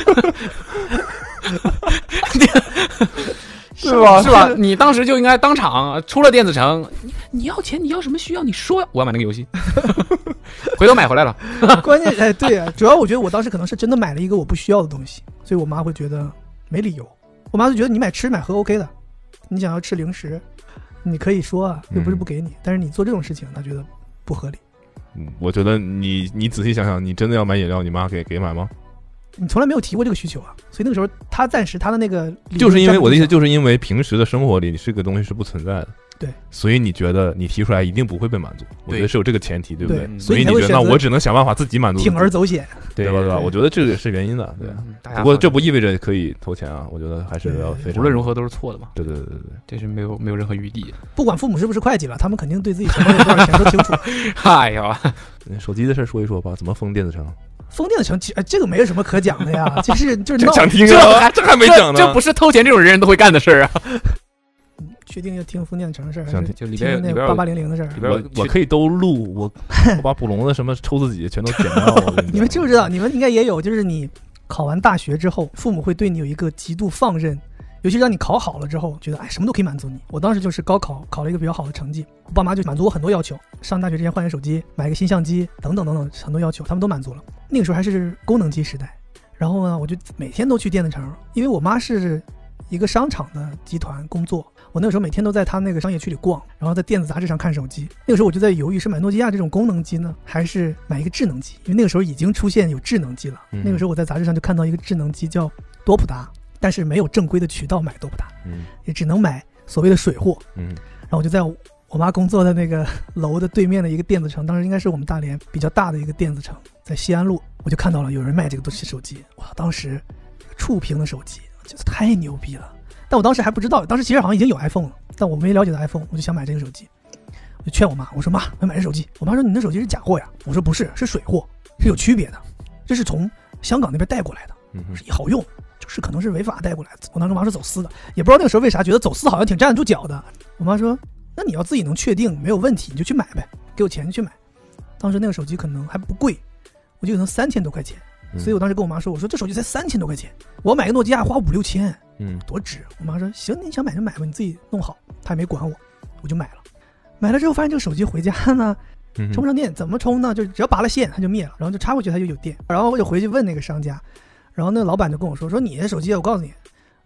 是吧？ 是吧？你当时就应该当场出了电子城，你要钱，你要什么需要，你说我要买那个游戏，回头买回来了。 关键对啊，主要我觉得我当时可能是真的买了一个我不需要的东西，所以我妈会觉得没理由。我妈就觉得你买吃买喝 OK 的，你想要吃零食，你可以说啊，又不是不给你，但是你做这种事情，她觉得不合理。 我觉得你仔细想想，你真的要买饮料，你妈给买吗？ 你从来没有提过这个需求啊，所以那个时候他暂时他的那个就是因为我的意思，就是因为平时的生活里，你这个东西是不存在的， 对， 所以你觉得你提出来一定不会被满足。我觉得是有这个前提，对不对？ 所以你觉得那我只能想办法自己满足， 铤而走险， 对吧？对吧？我觉得这个是原因的，对。不过这不意味着可以偷钱啊，我觉得还是要非常无论如何都是错的嘛。 对， 这是没有任何余地。 不管父母是不是会计了，他们肯定对自己钱包有多少钱都清楚。 哎呀， 手机的事说一说吧，怎么封电子城？ 封电子城，这个没有什么可讲的呀，就是想听啊，这还没讲呢， 这不是偷钱这种人都会干的事儿啊。 确定要听封电子城的事儿， 想听就里边那8800的事儿。 我可以都录，我把捕龙的什么抽自己全都剪掉。 你们知不知道？你们应该也有，就是你考完大学之后，父母会对你有一个极度放任。尤其让你考好了之后，觉得什么都可以满足你。我当时就是高考考了一个比较好的成绩，我爸妈就满足我很多要求，上大学之前换个手机，买个新相机，等等等等，很多要求他们都满足了。那个时候还是功能机时代，然后呢，我就每天都去电子城，因为我妈是一个商场的集团工作，我那个时候每天都在她那个商业区里逛，然后在电子杂志上看手机。那个时候我就在犹豫是买诺基亚这种功能机呢，还是买一个智能机，因为那个时候已经出现有智能机了。那个时候我在杂志上就看到一个智能机叫多普达。但是没有正规的渠道买多普达，也只能买所谓的水货，然后我就在我妈工作的那个楼的对面的一个电子城，当时应该是我们大连比较大的一个电子城，在西安路，我就看到了有人卖这个东西手机，哇，当时触屏的手机，觉得太牛逼了。但我当时还不知道，当时其实好像已经有 iPhone 了，但我没了解到 iPhone， 我就想买这个手机，我就劝我妈，我说妈，我要买这手机。我妈说你那手机是假货呀，我说不是，是水货，是有区别的，这是从香港那边带过来的，是好用。就是可能是违法带过来的，我当时妈是走私的，也不知道那个时候为啥觉得走私好像挺站得住脚的。我妈说那你要自己能确定没有问题你就去买呗，给我钱就去买。当时那个手机可能还不贵，我就可能3000多块钱，所以我当时跟我妈说，我说这手机才3000多块钱，我买个诺基亚花5、6千，多值。我妈说行，你想买就买吧，你自己弄好。她也没管我，我就买了。买了之后发现这个手机回家呢充不上电，怎么充呢？就只要拔了线它就灭了，然后就插过去它就有电，然后我就回去问那个商家，然后那个老板就跟我说你的手机我告诉你，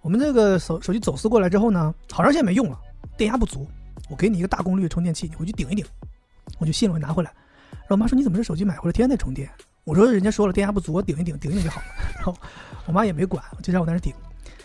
我们这个手机走私过来之后呢，好长时间没用了，电压不足，我给你一个大功率充电器，你回去顶一顶。我就信了，我拿回来。然后我妈说你怎么这手机买回来天天在充电？我说人家说了电压不足，我顶一顶就好了。然后我妈也没管，就让我在那顶。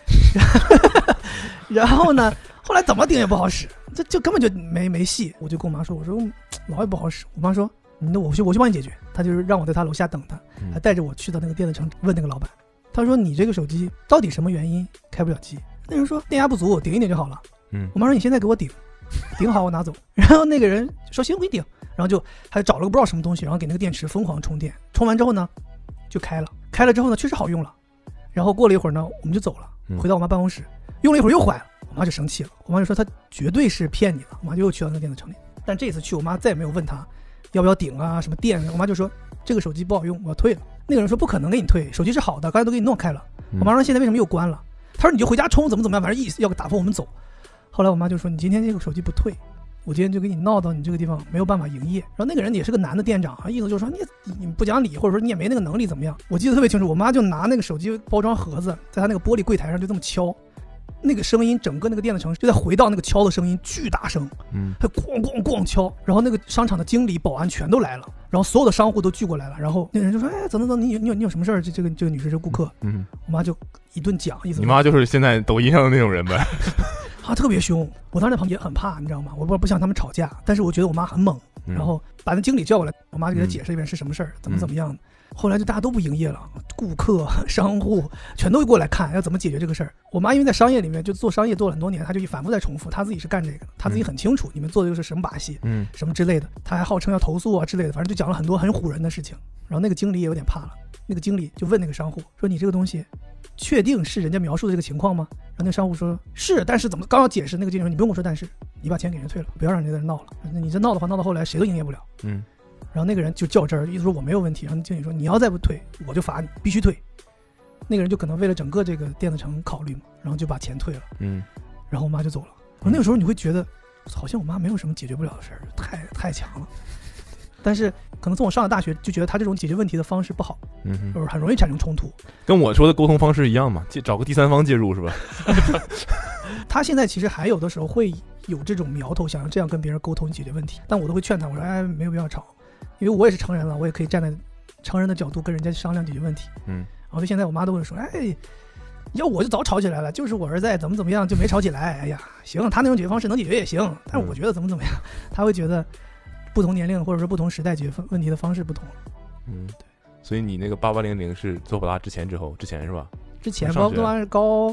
然后呢，后来怎么顶也不好使，这就根本就没戏。我就跟我妈说，我说老也不好使。我妈说那我去帮你解决。她就是让我在她楼下等她，还带着我去到那个电子城问那个老板，他说你这个手机到底什么原因开不了机？那人说电压不足，顶一顶就好了。我妈说你现在给我顶好我拿走。然后那个人说行我给你顶，然后就还找了个不知道什么东西，然后给那个电池疯狂充电，充完之后呢就开了之后呢确实好用了。然后过了一会儿呢我们就走了，回到我妈办公室，用了一会儿又坏了，我妈就生气了，我妈就说她绝对是骗你了。我妈就又去到那个电子城里，但这次去我妈再也没有问她要不要顶啊什么电，我妈就说这个手机不好用我要退了。那个人说不可能给你退，手机是好的，刚才都给你弄开了。我妈说现在为什么又关了？她说你就回家充怎么样，反正意思要打发我们走。后来我妈就说你今天这个手机不退，我今天就给你闹到你这个地方没有办法营业。然后那个人也是个男的店长，意思就是说你不讲理，或者说你也没那个能力怎么样。我记得特别清楚，我妈就拿那个手机包装盒子在她那个玻璃柜台上就这么敲，那个声音整个那个电子城就在回到那个敲的声音巨大声，还咣咣咣敲。然后那个商场的经理保安全都来了，然后所有的商户都聚过来了。然后那个人就说哎等你有什么事儿？这个女士这顾客，我妈就一顿讲，意思你妈就是现在抖音上的那种人呗。 她特别凶，我当时在旁边也很怕，你知道吗？我不想他们吵架，但是我觉得我妈很猛，然后把那经理叫过来，我妈就给他解释一遍是什么事儿，怎么样的。后来就大家都不营业了，顾客、商户全都过来看要怎么解决这个事儿。我妈因为在商业里面就做商业做了很多年，她就反复在重复，她自己是干这个的，她自己很清楚你们做的就是什么把戏，什么之类的。她还号称要投诉啊之类的，反正就讲了很多很唬人的事情。然后那个经理也有点怕了，那个经理就问那个商户说：“你这个东西确定是人家描述的这个情况吗？”然后那个商户说：“是，但是怎么刚要解释，那个经理说你不用跟我说，但是你把钱给人退了，不要让人家在这闹了。你这闹的话，闹到后来谁都营业不了。”然后那个人就较真儿，意思说我没有问题。然后经理说你要再不退，我就罚你，必须退。那个人就可能为了整个这个电子城考虑嘛，然后就把钱退了。然后我妈就走了。那个时候你会觉得，好像我妈没有什么解决不了的事儿，太强了。但是可能从我上了大学就觉得他这种解决问题的方式不好，就是很容易产生冲突。 跟我说的沟通方式一样嘛，找个第三方介入是吧？ 他现在其实还有的时候会有这种苗头，想要这样跟别人沟通解决问题，但我都会劝他，我说哎，没有必要吵，因为我也是成人了，我也可以站在成人的角度跟人家商量解决问题。然后现在我妈都会说，哎，要我就早吵起来了，就是我儿子怎么样就没吵起来。哎呀，行，他那种解决方式能解决也行，但是我觉得怎么样，他会觉得不同年龄或者说不同时代解决问题的方式不同。对。 所以你那个8800是做普拉之前是吧？ 之前包括是高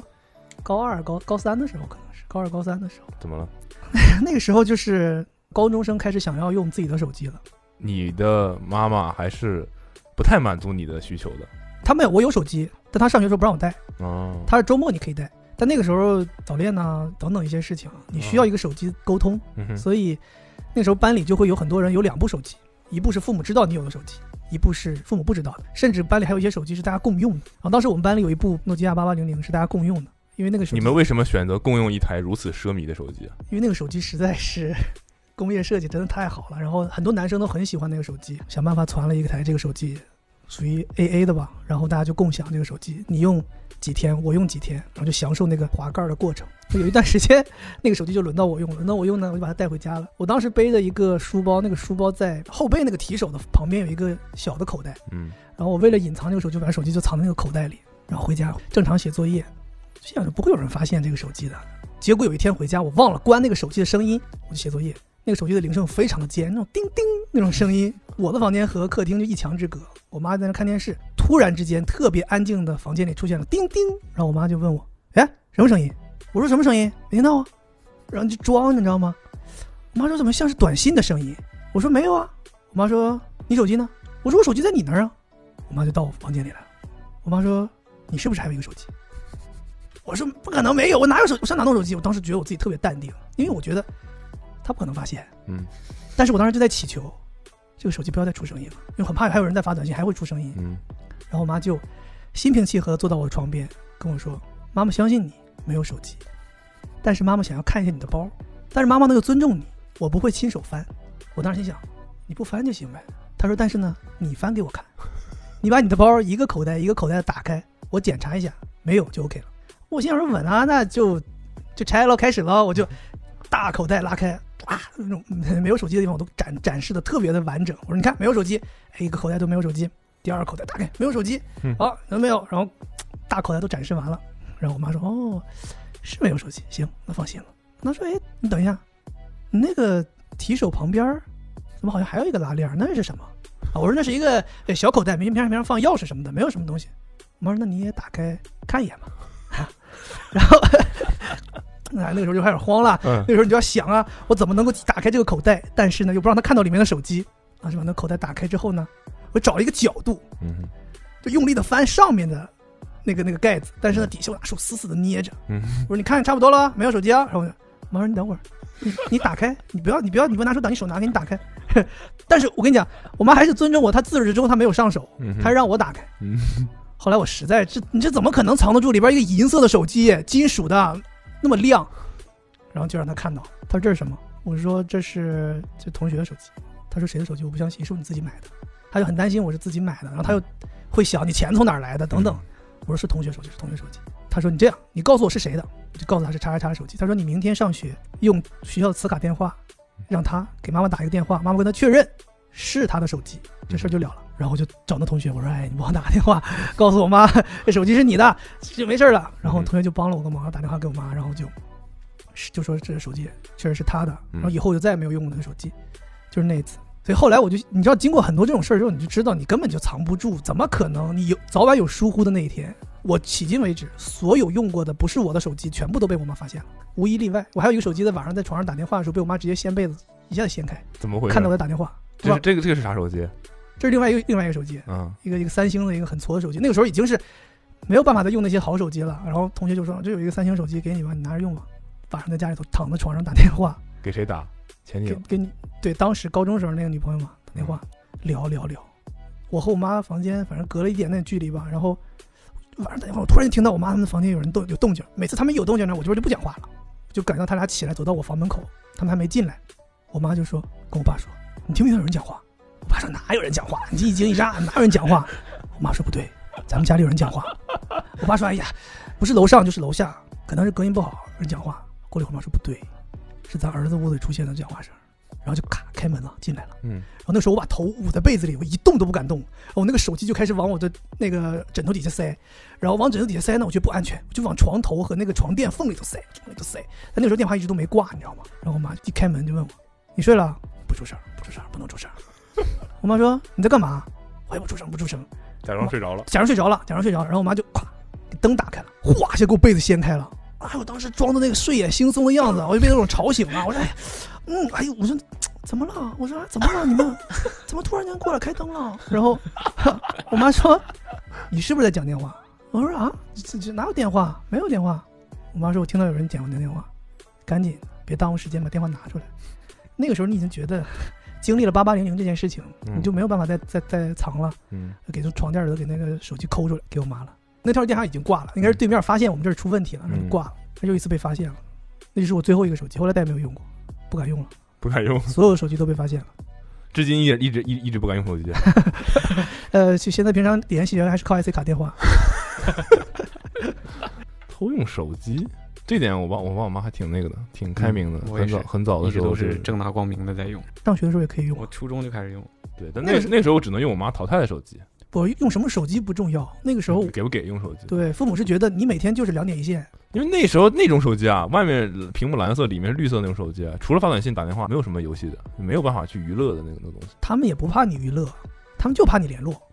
2、高3的时候，可能是高2、高3的时候。 怎么了？ 那个时候就是高中生开始想要用自己的手机了。 你的妈妈还是不太满足你的需求的。 我有手机，但他上学的时候不让我带。他是周末你可以带，但那个时候早恋啊等等一些事情，你需要一个手机沟通，所以那时候班里就会有很多人有2部手机，一部是父母知道你有的手机，一部是父母不知道的，甚至班里还有一些手机是大家共用的。然后当时我们班里有一部诺基亚8800是大家共用的，因为那个手机。 你们为什么选择共用一台如此奢靡的手机啊？ 因为那个手机实在是工业设计真的太好了，然后很多男生都很喜欢那个手机，想办法传了一台这个手机，属于 AA 的吧，然后大家就共享这个手机，你用几天我用几天，然后就享受那个滑盖的过程。有一段时间那个手机就轮到我用呢，我就把它带回家了。我当时背着一个书包，那个书包在后背那个提手的旁边有一个小的口袋，然后我为了隐藏这个手机，把手机就藏在那个口袋里，然后回家正常写作业，心想不会有人发现这个手机的。结果有一天回家我忘了关那个手机的声音，我就写作业，那个手机的铃声非常的尖，那种叮叮那种声音，我的房间和客厅就一墙之隔，我妈在那看电视，突然之间特别安静的房间里出现了叮叮，然后我妈就问我，哎，什么声音？我说什么声音？没听到啊。然后就装，你知道吗？我妈说怎么像是短信的声音？我说没有啊。我妈说你手机呢？我说我手机在你那儿啊。我妈就到我房间里来了。我妈说你是不是还有一个手机？我说不可能没有，我哪有手，我上哪弄手机？我当时觉得我自己特别淡定，因为我觉得他不可能发现。但是我当时就在祈求这个手机不要再出声音了，因为很怕还有人在发短信还会出声音。然后我妈就心平气和地坐到我的床边跟我说，妈妈相信你没有手机，但是妈妈想要看一下你的包，但是妈妈呢又尊重你，我不会亲手翻。我当时心想你不翻就行呗。她说但是呢你翻给我看，你把你的包一个口袋一个口袋打开，我检查一下没有就 OK 了。 我心想说稳啊，那就拆了，开始了，我就大口袋拉开，哇，那种没有手机的地方我都展示的特别的完整。我说你看没有手机，一个口袋都没有手机，第二个口袋打开没有手机，好，能没有？然后大口袋都展示完了，然后我妈说哦，是没有手机，行，那放心了。她说哎，你等一下，你那个提手旁边怎么好像还有一个拉链，那是什么？啊，我说那是一个小口袋，平常放钥匙什么的，没有什么东西。我妈说那你也打开看一眼吧。然后那个时候就开始慌了，那个时候你就要想啊，我怎么能够打开这个口袋，但是呢又不让他看到里面的手机啊，是吧？那口袋打开之后呢，我找了一个角度，就用力的翻上面的那个盖子，但是呢底下我拿手死死的捏着，我说你看差不多了，没有手机啊。然后我妈说你等会儿，你打开，你不要拿手挡，你手拿开，你打开。但是我跟你讲，我妈还是尊重我，她自始至终她没有上手，她让我打开。后来我实在你这怎么可能藏得住里边一个银色的手机，金属的那么亮，然后就让他看到。他说这是什么？我说这是同学的手机。他说谁的手机？我不相信，是不是你自己买的？他就很担心我是自己买的，然后他又会想你钱从哪儿来的等等。我说是同学手机，是同学手机。他说你这样，你告诉我是谁的，我就告诉他是叉叉叉的手机。他说你明天上学用学校的磁卡电话，让他给妈妈打一个电话，妈妈跟他确认是他的手机，这事儿就了了。然后我就找那同学，我说哎，你帮我打个电话告诉我妈这手机是你的，就没事了。然后同学就帮了我个忙，打电话给我妈，然后就说这手机确实是他的，然后以后就再也没有用过那个手机，就是那一次。所以后来你知道经过很多这种事儿之后，你就知道你根本就藏不住，怎么可能？你早晚有疏忽的那一天。我迄今为止所有用过的不是我的手机全部都被我妈发现了，无一例外。我还有一个手机在晚上在床上打电话的时候被我妈直接掀被子一下子掀开，怎么回事？看到我在打电话。 这个是啥手机？ 这是另外一个手机，一个三星的一个很矬的手机。那个时候已经是没有办法再用那些好手机了。然后同学就说：“这有一个三星手机给你吧，你拿着用吧。”晚上在家里头躺在床上打电话， 给谁打？前女友？ 给你对，当时高中时候那个女朋友嘛，打电话聊。我和我妈房间反正隔了一点点距离吧。然后晚上打电话，我突然听到我妈他们房间有动静。每次他们有动静呢，我这边就不讲话了，就感到他俩起来走到我房门口，他们还没进来。我妈就说跟我爸说：“你听不听有人讲话？”我爸说哪有人讲话，你一惊一乍哪有人讲话。我妈说不对，咱们家里有人讲话。我爸说哎呀，不是楼上就是楼下，可能是隔音不好有人讲话。过了一会儿，我妈说不对，是咱儿子屋里出现的讲话声。然后就咔开门了，进来了。然后那时候我把头捂在被子里，我一动都不敢动。我那个手机就开始往我的那个枕头底下塞，然后往枕头底下塞呢，我觉得不安全，我就往床头和那个床垫缝里头塞。但那个时候电话一直都没挂，你知道吗？然后我妈一开门就问我：“你睡了？不出声，不能出声。”我妈说：“你在干嘛？”我也不出声， 假装睡着了。 然后我妈就咵给灯打开了，哗一下给我被子掀开了。哎，我当时装的那个睡眼惺忪的样子，我就被那种吵醒了。我说：“我说怎么了？我说怎么了？你们怎么突然间过来开灯了？”然后我妈说：“你是不是在讲电话？”我说：“啊，这哪有电话？没有电话。”我妈说：“我听到有人讲我的电话，赶紧别耽误时间，把电话拿出来。”那个时候你已经觉得经历了8800这件事情，你就没有办法再藏了。给从床垫都给那个手机抠出来给我妈了。那条电话已经挂了，应该是对面发现我们这儿出问题了，然后就挂了。他又一次被发现了，那就是我最后一个手机，后来再也没有用过，不敢用了，所有的手机都被发现了， 至今一直不敢用手机。 就现在平常联系人还是靠 IC 卡电话。 偷用手机这点我爸我妈还挺那个的，挺开明的。很早的时候都是正大光明的在用， 上学的时候也可以用， 我初中就开始用。 对，但那时候我只能用我妈淘汰的手机。 我用什么手机不重要，那个时候给不给用手机？ 对，父母是觉得你每天就是2点一线， 因为那时候那种手机啊，外面屏幕蓝色，里面是绿色那种手机啊，除了发短信、打电话，没有什么游戏的，没有办法去娱乐的那种东西。 他们也不怕你娱乐，他们就怕你联络。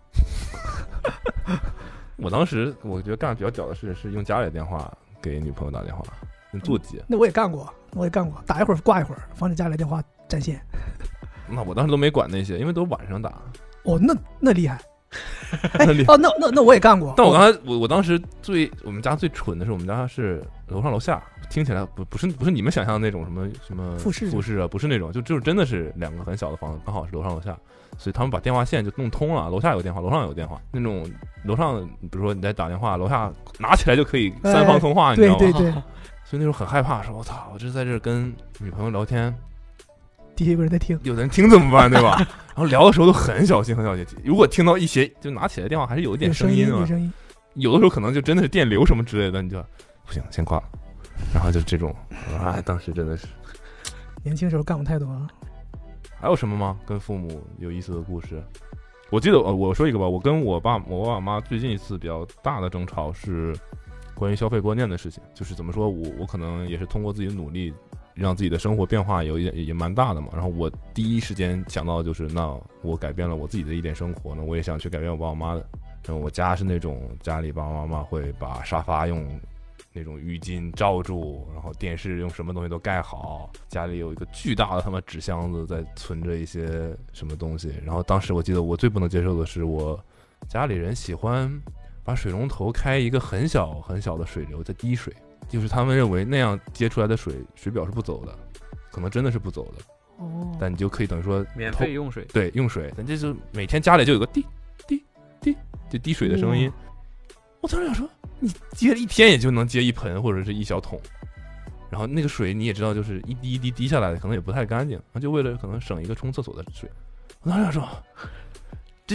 我当时我觉得干的比较屌的事是用家里的电话给女朋友打电话，座机。 那我也干过，打一会儿挂一会儿，防止家里的电话占线。 那我当时都没管那些，因为都晚上打。 哦，那厉害。那我也干过。 但我当时我们家最蠢的是，我们家是楼上楼下，听起来不是你们想象的那种什么复式啊，不是那种，就是真的是2个很小的房子，刚好是楼上楼下，所以他们把电话线就弄通了，楼下有电话，楼上有电话，那种楼上比如说你在打电话，楼下拿起来就可以3方通话，你知道吗？ 对。 所以那时候很害怕，说我操，我这在这跟女朋友聊天。 底下有个人在听， 有人听怎么办，对吧？然后聊的时候都很小心。如果听到一些就拿起来电话还是有一点声音嘛，有的时候可能就真的是电流什么之类的，你就不行，先挂了。然后就这种当时真的是年轻时候干过太多了。 还有什么吗？跟父母有意思的故事？我记得我说一个吧，我跟我爸妈最近一次比较大的争吵是关于消费观念的事情。就是怎么说，我可能也是通过自己的努力让自己的生活变化也蛮大的嘛。然后我第一时间想到的就是，那我改变了我自己的一点生活，那我也想去改变我爸我妈的。然后我家是那种家里爸爸妈妈会把沙发用那种浴巾罩住，然后电视用什么东西都盖好，家里有一个巨大的他妈纸箱子在存着一些什么东西。然后当时我记得我最不能接受的是，我家里人喜欢把水龙头开一个很小很小的水流在滴水，就是他们认为那样接出来的水表是不走的，可能真的是不走的。但你就可以等于说免费用水， 对，用水，但这是每天家里就有个滴滴滴就滴水的声音。我当时想说，你接一天也就能接一盆或者是一小桶，然后那个水你也知道，就是一滴一滴滴下来的，可能也不太干净，那就为了可能省一个冲厕所的水。我当时想说，这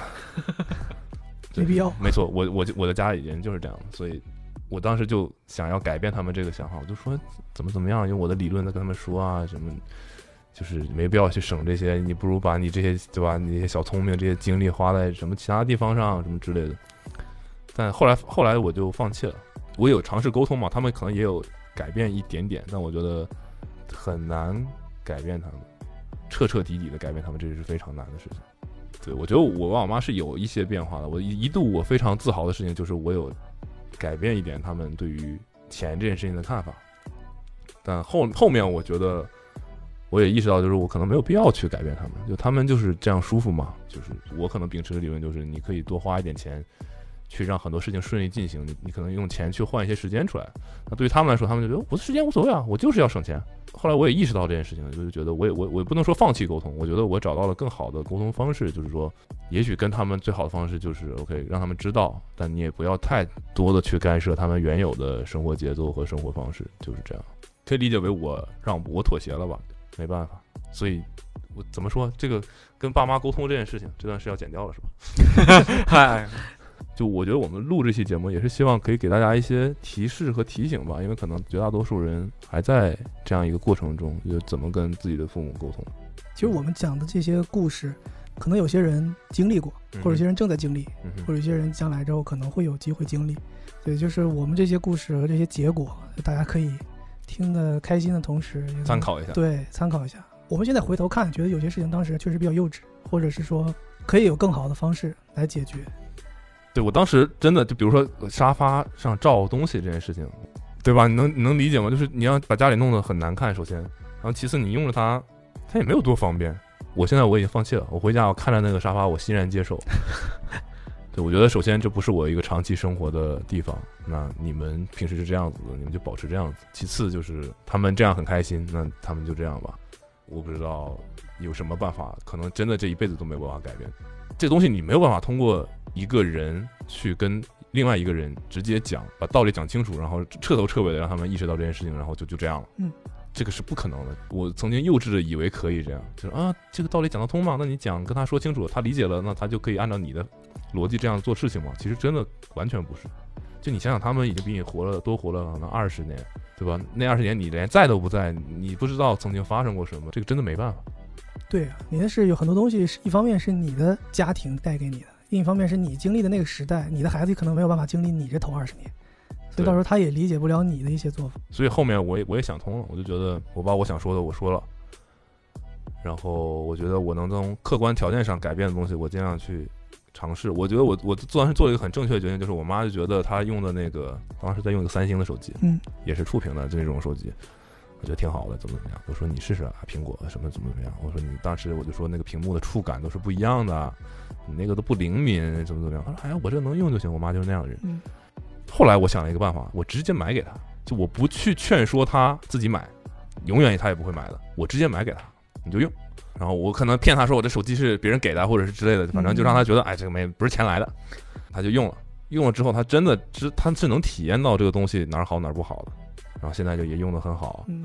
没必要。 没错，我的家里人就是这样的，所以我当时就想要改变他们这个想法，我就说怎么样，用我的理论在跟他们说啊，什么就是没必要去省这些，你不如把你这些对吧，你这些小聪明这些精力花在什么其他地方上，什么之类的。但后来我就放弃了。我有尝试沟通嘛，他们可能也有改变一点点，但我觉得很难改变他们，彻底的改变他们，这是非常难的事情。对，我觉得我爸我妈是有一些变化的。我一度我非常自豪的事情就是我有改变一点他们对于钱这件事情的看法。但后面我觉得我也意识到，就是我可能没有必要去改变他们，就他们就是这样舒服嘛。就是我可能秉持的理论就是，你可以多花一点钱去让很多事情顺利进行，你可能用钱去换一些时间出来。那对于他们来说，他们就觉得我的时间无所谓啊，我就是要省钱。后来我也意识到这件事情，就是觉得我也不能说放弃沟通，我觉得我找到了更好的沟通方式，就是说，也许跟他们最好的方式就是 OK， 让他们知道，但你也不要太多的去干涉他们原有的生活节奏和生活方式，就是这样。可以理解为我妥协了吧，没办法。所以我怎么说，这个跟爸妈沟通这件事情，这段是要剪掉了是吧？就我觉得我们录这期节目也是希望可以给大家一些提示和提醒吧，因为可能绝大多数人还在这样一个过程中，就怎么跟自己的父母沟通。 其实我们讲的这些故事，可能有些人经历过，或者有些人正在经历，或者有些人将来之后可能会有机会经历。对，就是我们这些故事和这些结果，大家可以听得开心的同时参考一下。 对，参考一下。我们现在回头看，觉得有些事情当时确实比较幼稚，或者是说可以有更好的方式来解决。 对，我当时真的就比如说沙发上罩东西这件事情，对吧？你能理解吗？就是你要把家里弄得很难看，首先，然后其次你用着它也没有多方便。我现在我已经放弃了，我回家我看着那个沙发我欣然接受。对，我觉得首先这不是我一个长期生活的地方，那你们平时是这样子的，你们就保持这样子。其次就是他们这样很开心，那他们就这样吧。我不知道有什么办法，可能真的这一辈子都没有办法改变。这个东西你没有办法通过一个人去跟另外一个人直接讲，把道理讲清楚，然后彻头彻尾的让他们意识到这件事情，然后就这样了。这个是不可能的。我曾经幼稚的以为可以这样，就是这个道理讲得通嘛，那你讲跟他说清楚，他理解了，那他就可以按照你的逻辑这样做事情嘛。其实真的完全不是。就你想想，他们已经比你多活了那20年，对吧？那20年你连在都不在，你不知道曾经发生过什么，这个真的没办法。 对啊，你的是有很多东西，一方面是你的家庭带给你的，另一方面是你经历的那个时代，你的孩子可能没有办法经历你这头20年，所以到时候他也理解不了你的一些做法。 所以后面我也想通了，我就觉得我把我想说的我说了，然后我觉得我能从客观条件上改变的东西，我尽量去尝试。我觉得我当时做了一个很正确的决定，就是我妈就觉得她用的那个当时在用一个3星的手机，也是触屏的这种手机。我觉得挺好的，怎么样？我说你试试啊，苹果什么怎么样？我说你当时我就说那个屏幕的触感都是不一样的，你那个都不灵敏，怎么样？他说哎呀，我这能用就行。我妈就是那样的人。后来我想了一个办法，我直接买给他，就我不去劝说他自己买，永远他也不会买的，我直接买给他，你就用。然后我可能骗他说我这手机是别人给的，或者是之类的，反正就让他觉得哎，这个不是钱来的，他就用了。用了之后，他真的他是能体验到这个东西哪儿好哪儿不好的。然后现在就也用得很好，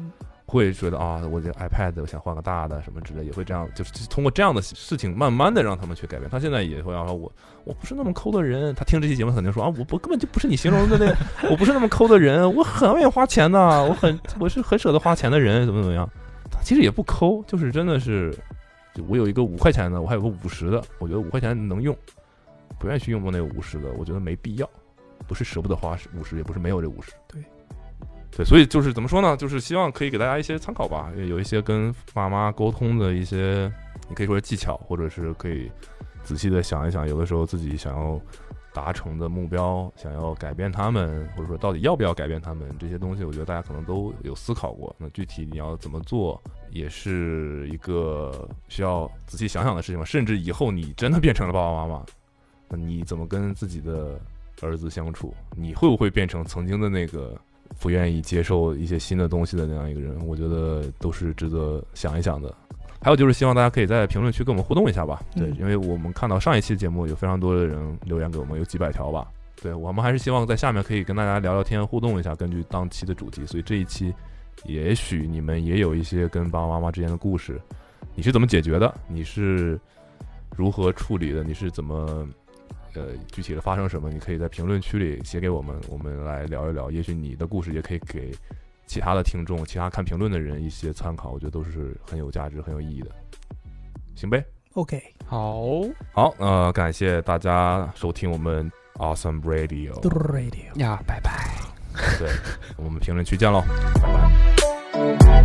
会觉得啊，我这 iPad 我想换个大的什么之类，也会这样，就是通过这样的事情慢慢的让他们去改变。他现在也会说我不是那么抠的人，他听这期节目肯定说啊，我根本就不是你形容的那个，我不是那么抠的人，我很愿意花钱的，我是很舍得花钱的人，怎么样？他其实也不抠，就是真的是，我有一个5块钱的，我还有个50的，我觉得5块钱能用，不愿意去用过那个50的，我觉得没必要，不是舍不得花50，也不是没有这50。对，所以就是怎么说呢？就是希望可以给大家一些参考吧，有一些跟爸妈沟通的一些，你可以说是技巧，或者是可以仔细的想一想，有的时候自己想要达成的目标，想要改变他们，或者说到底要不要改变他们，这些东西，我觉得大家可能都有思考过。那具体你要怎么做，也是一个需要仔细想想的事情吧。甚至以后你真的变成了爸爸妈妈，那你怎么跟自己的儿子相处？你会不会变成曾经的那个不愿意接受一些新的东西的那样一个人？我觉得都是值得想一想的。还有就是希望大家可以在评论区跟我们互动一下吧。对，因为我们看到上一期节目有非常多的人留言给我们，有几百条吧。对，我们还是希望在下面可以跟大家聊聊天，互动一下，根据当期的主题。所以这一期也许你们也有一些跟爸爸妈妈之间的故事，你是怎么解决的？你是如何处理的？你是怎么具体的发生什么？你可以在评论区里写给我们，我们来聊一聊。也许你的故事也可以给其他的听众、其他看评论的人一些参考，我觉得都是很有价值、很有意义的。行呗 ，OK， 好，感谢大家收听我们 Awesome Radio 呀，拜拜。 对，我们评论区见喽，拜拜。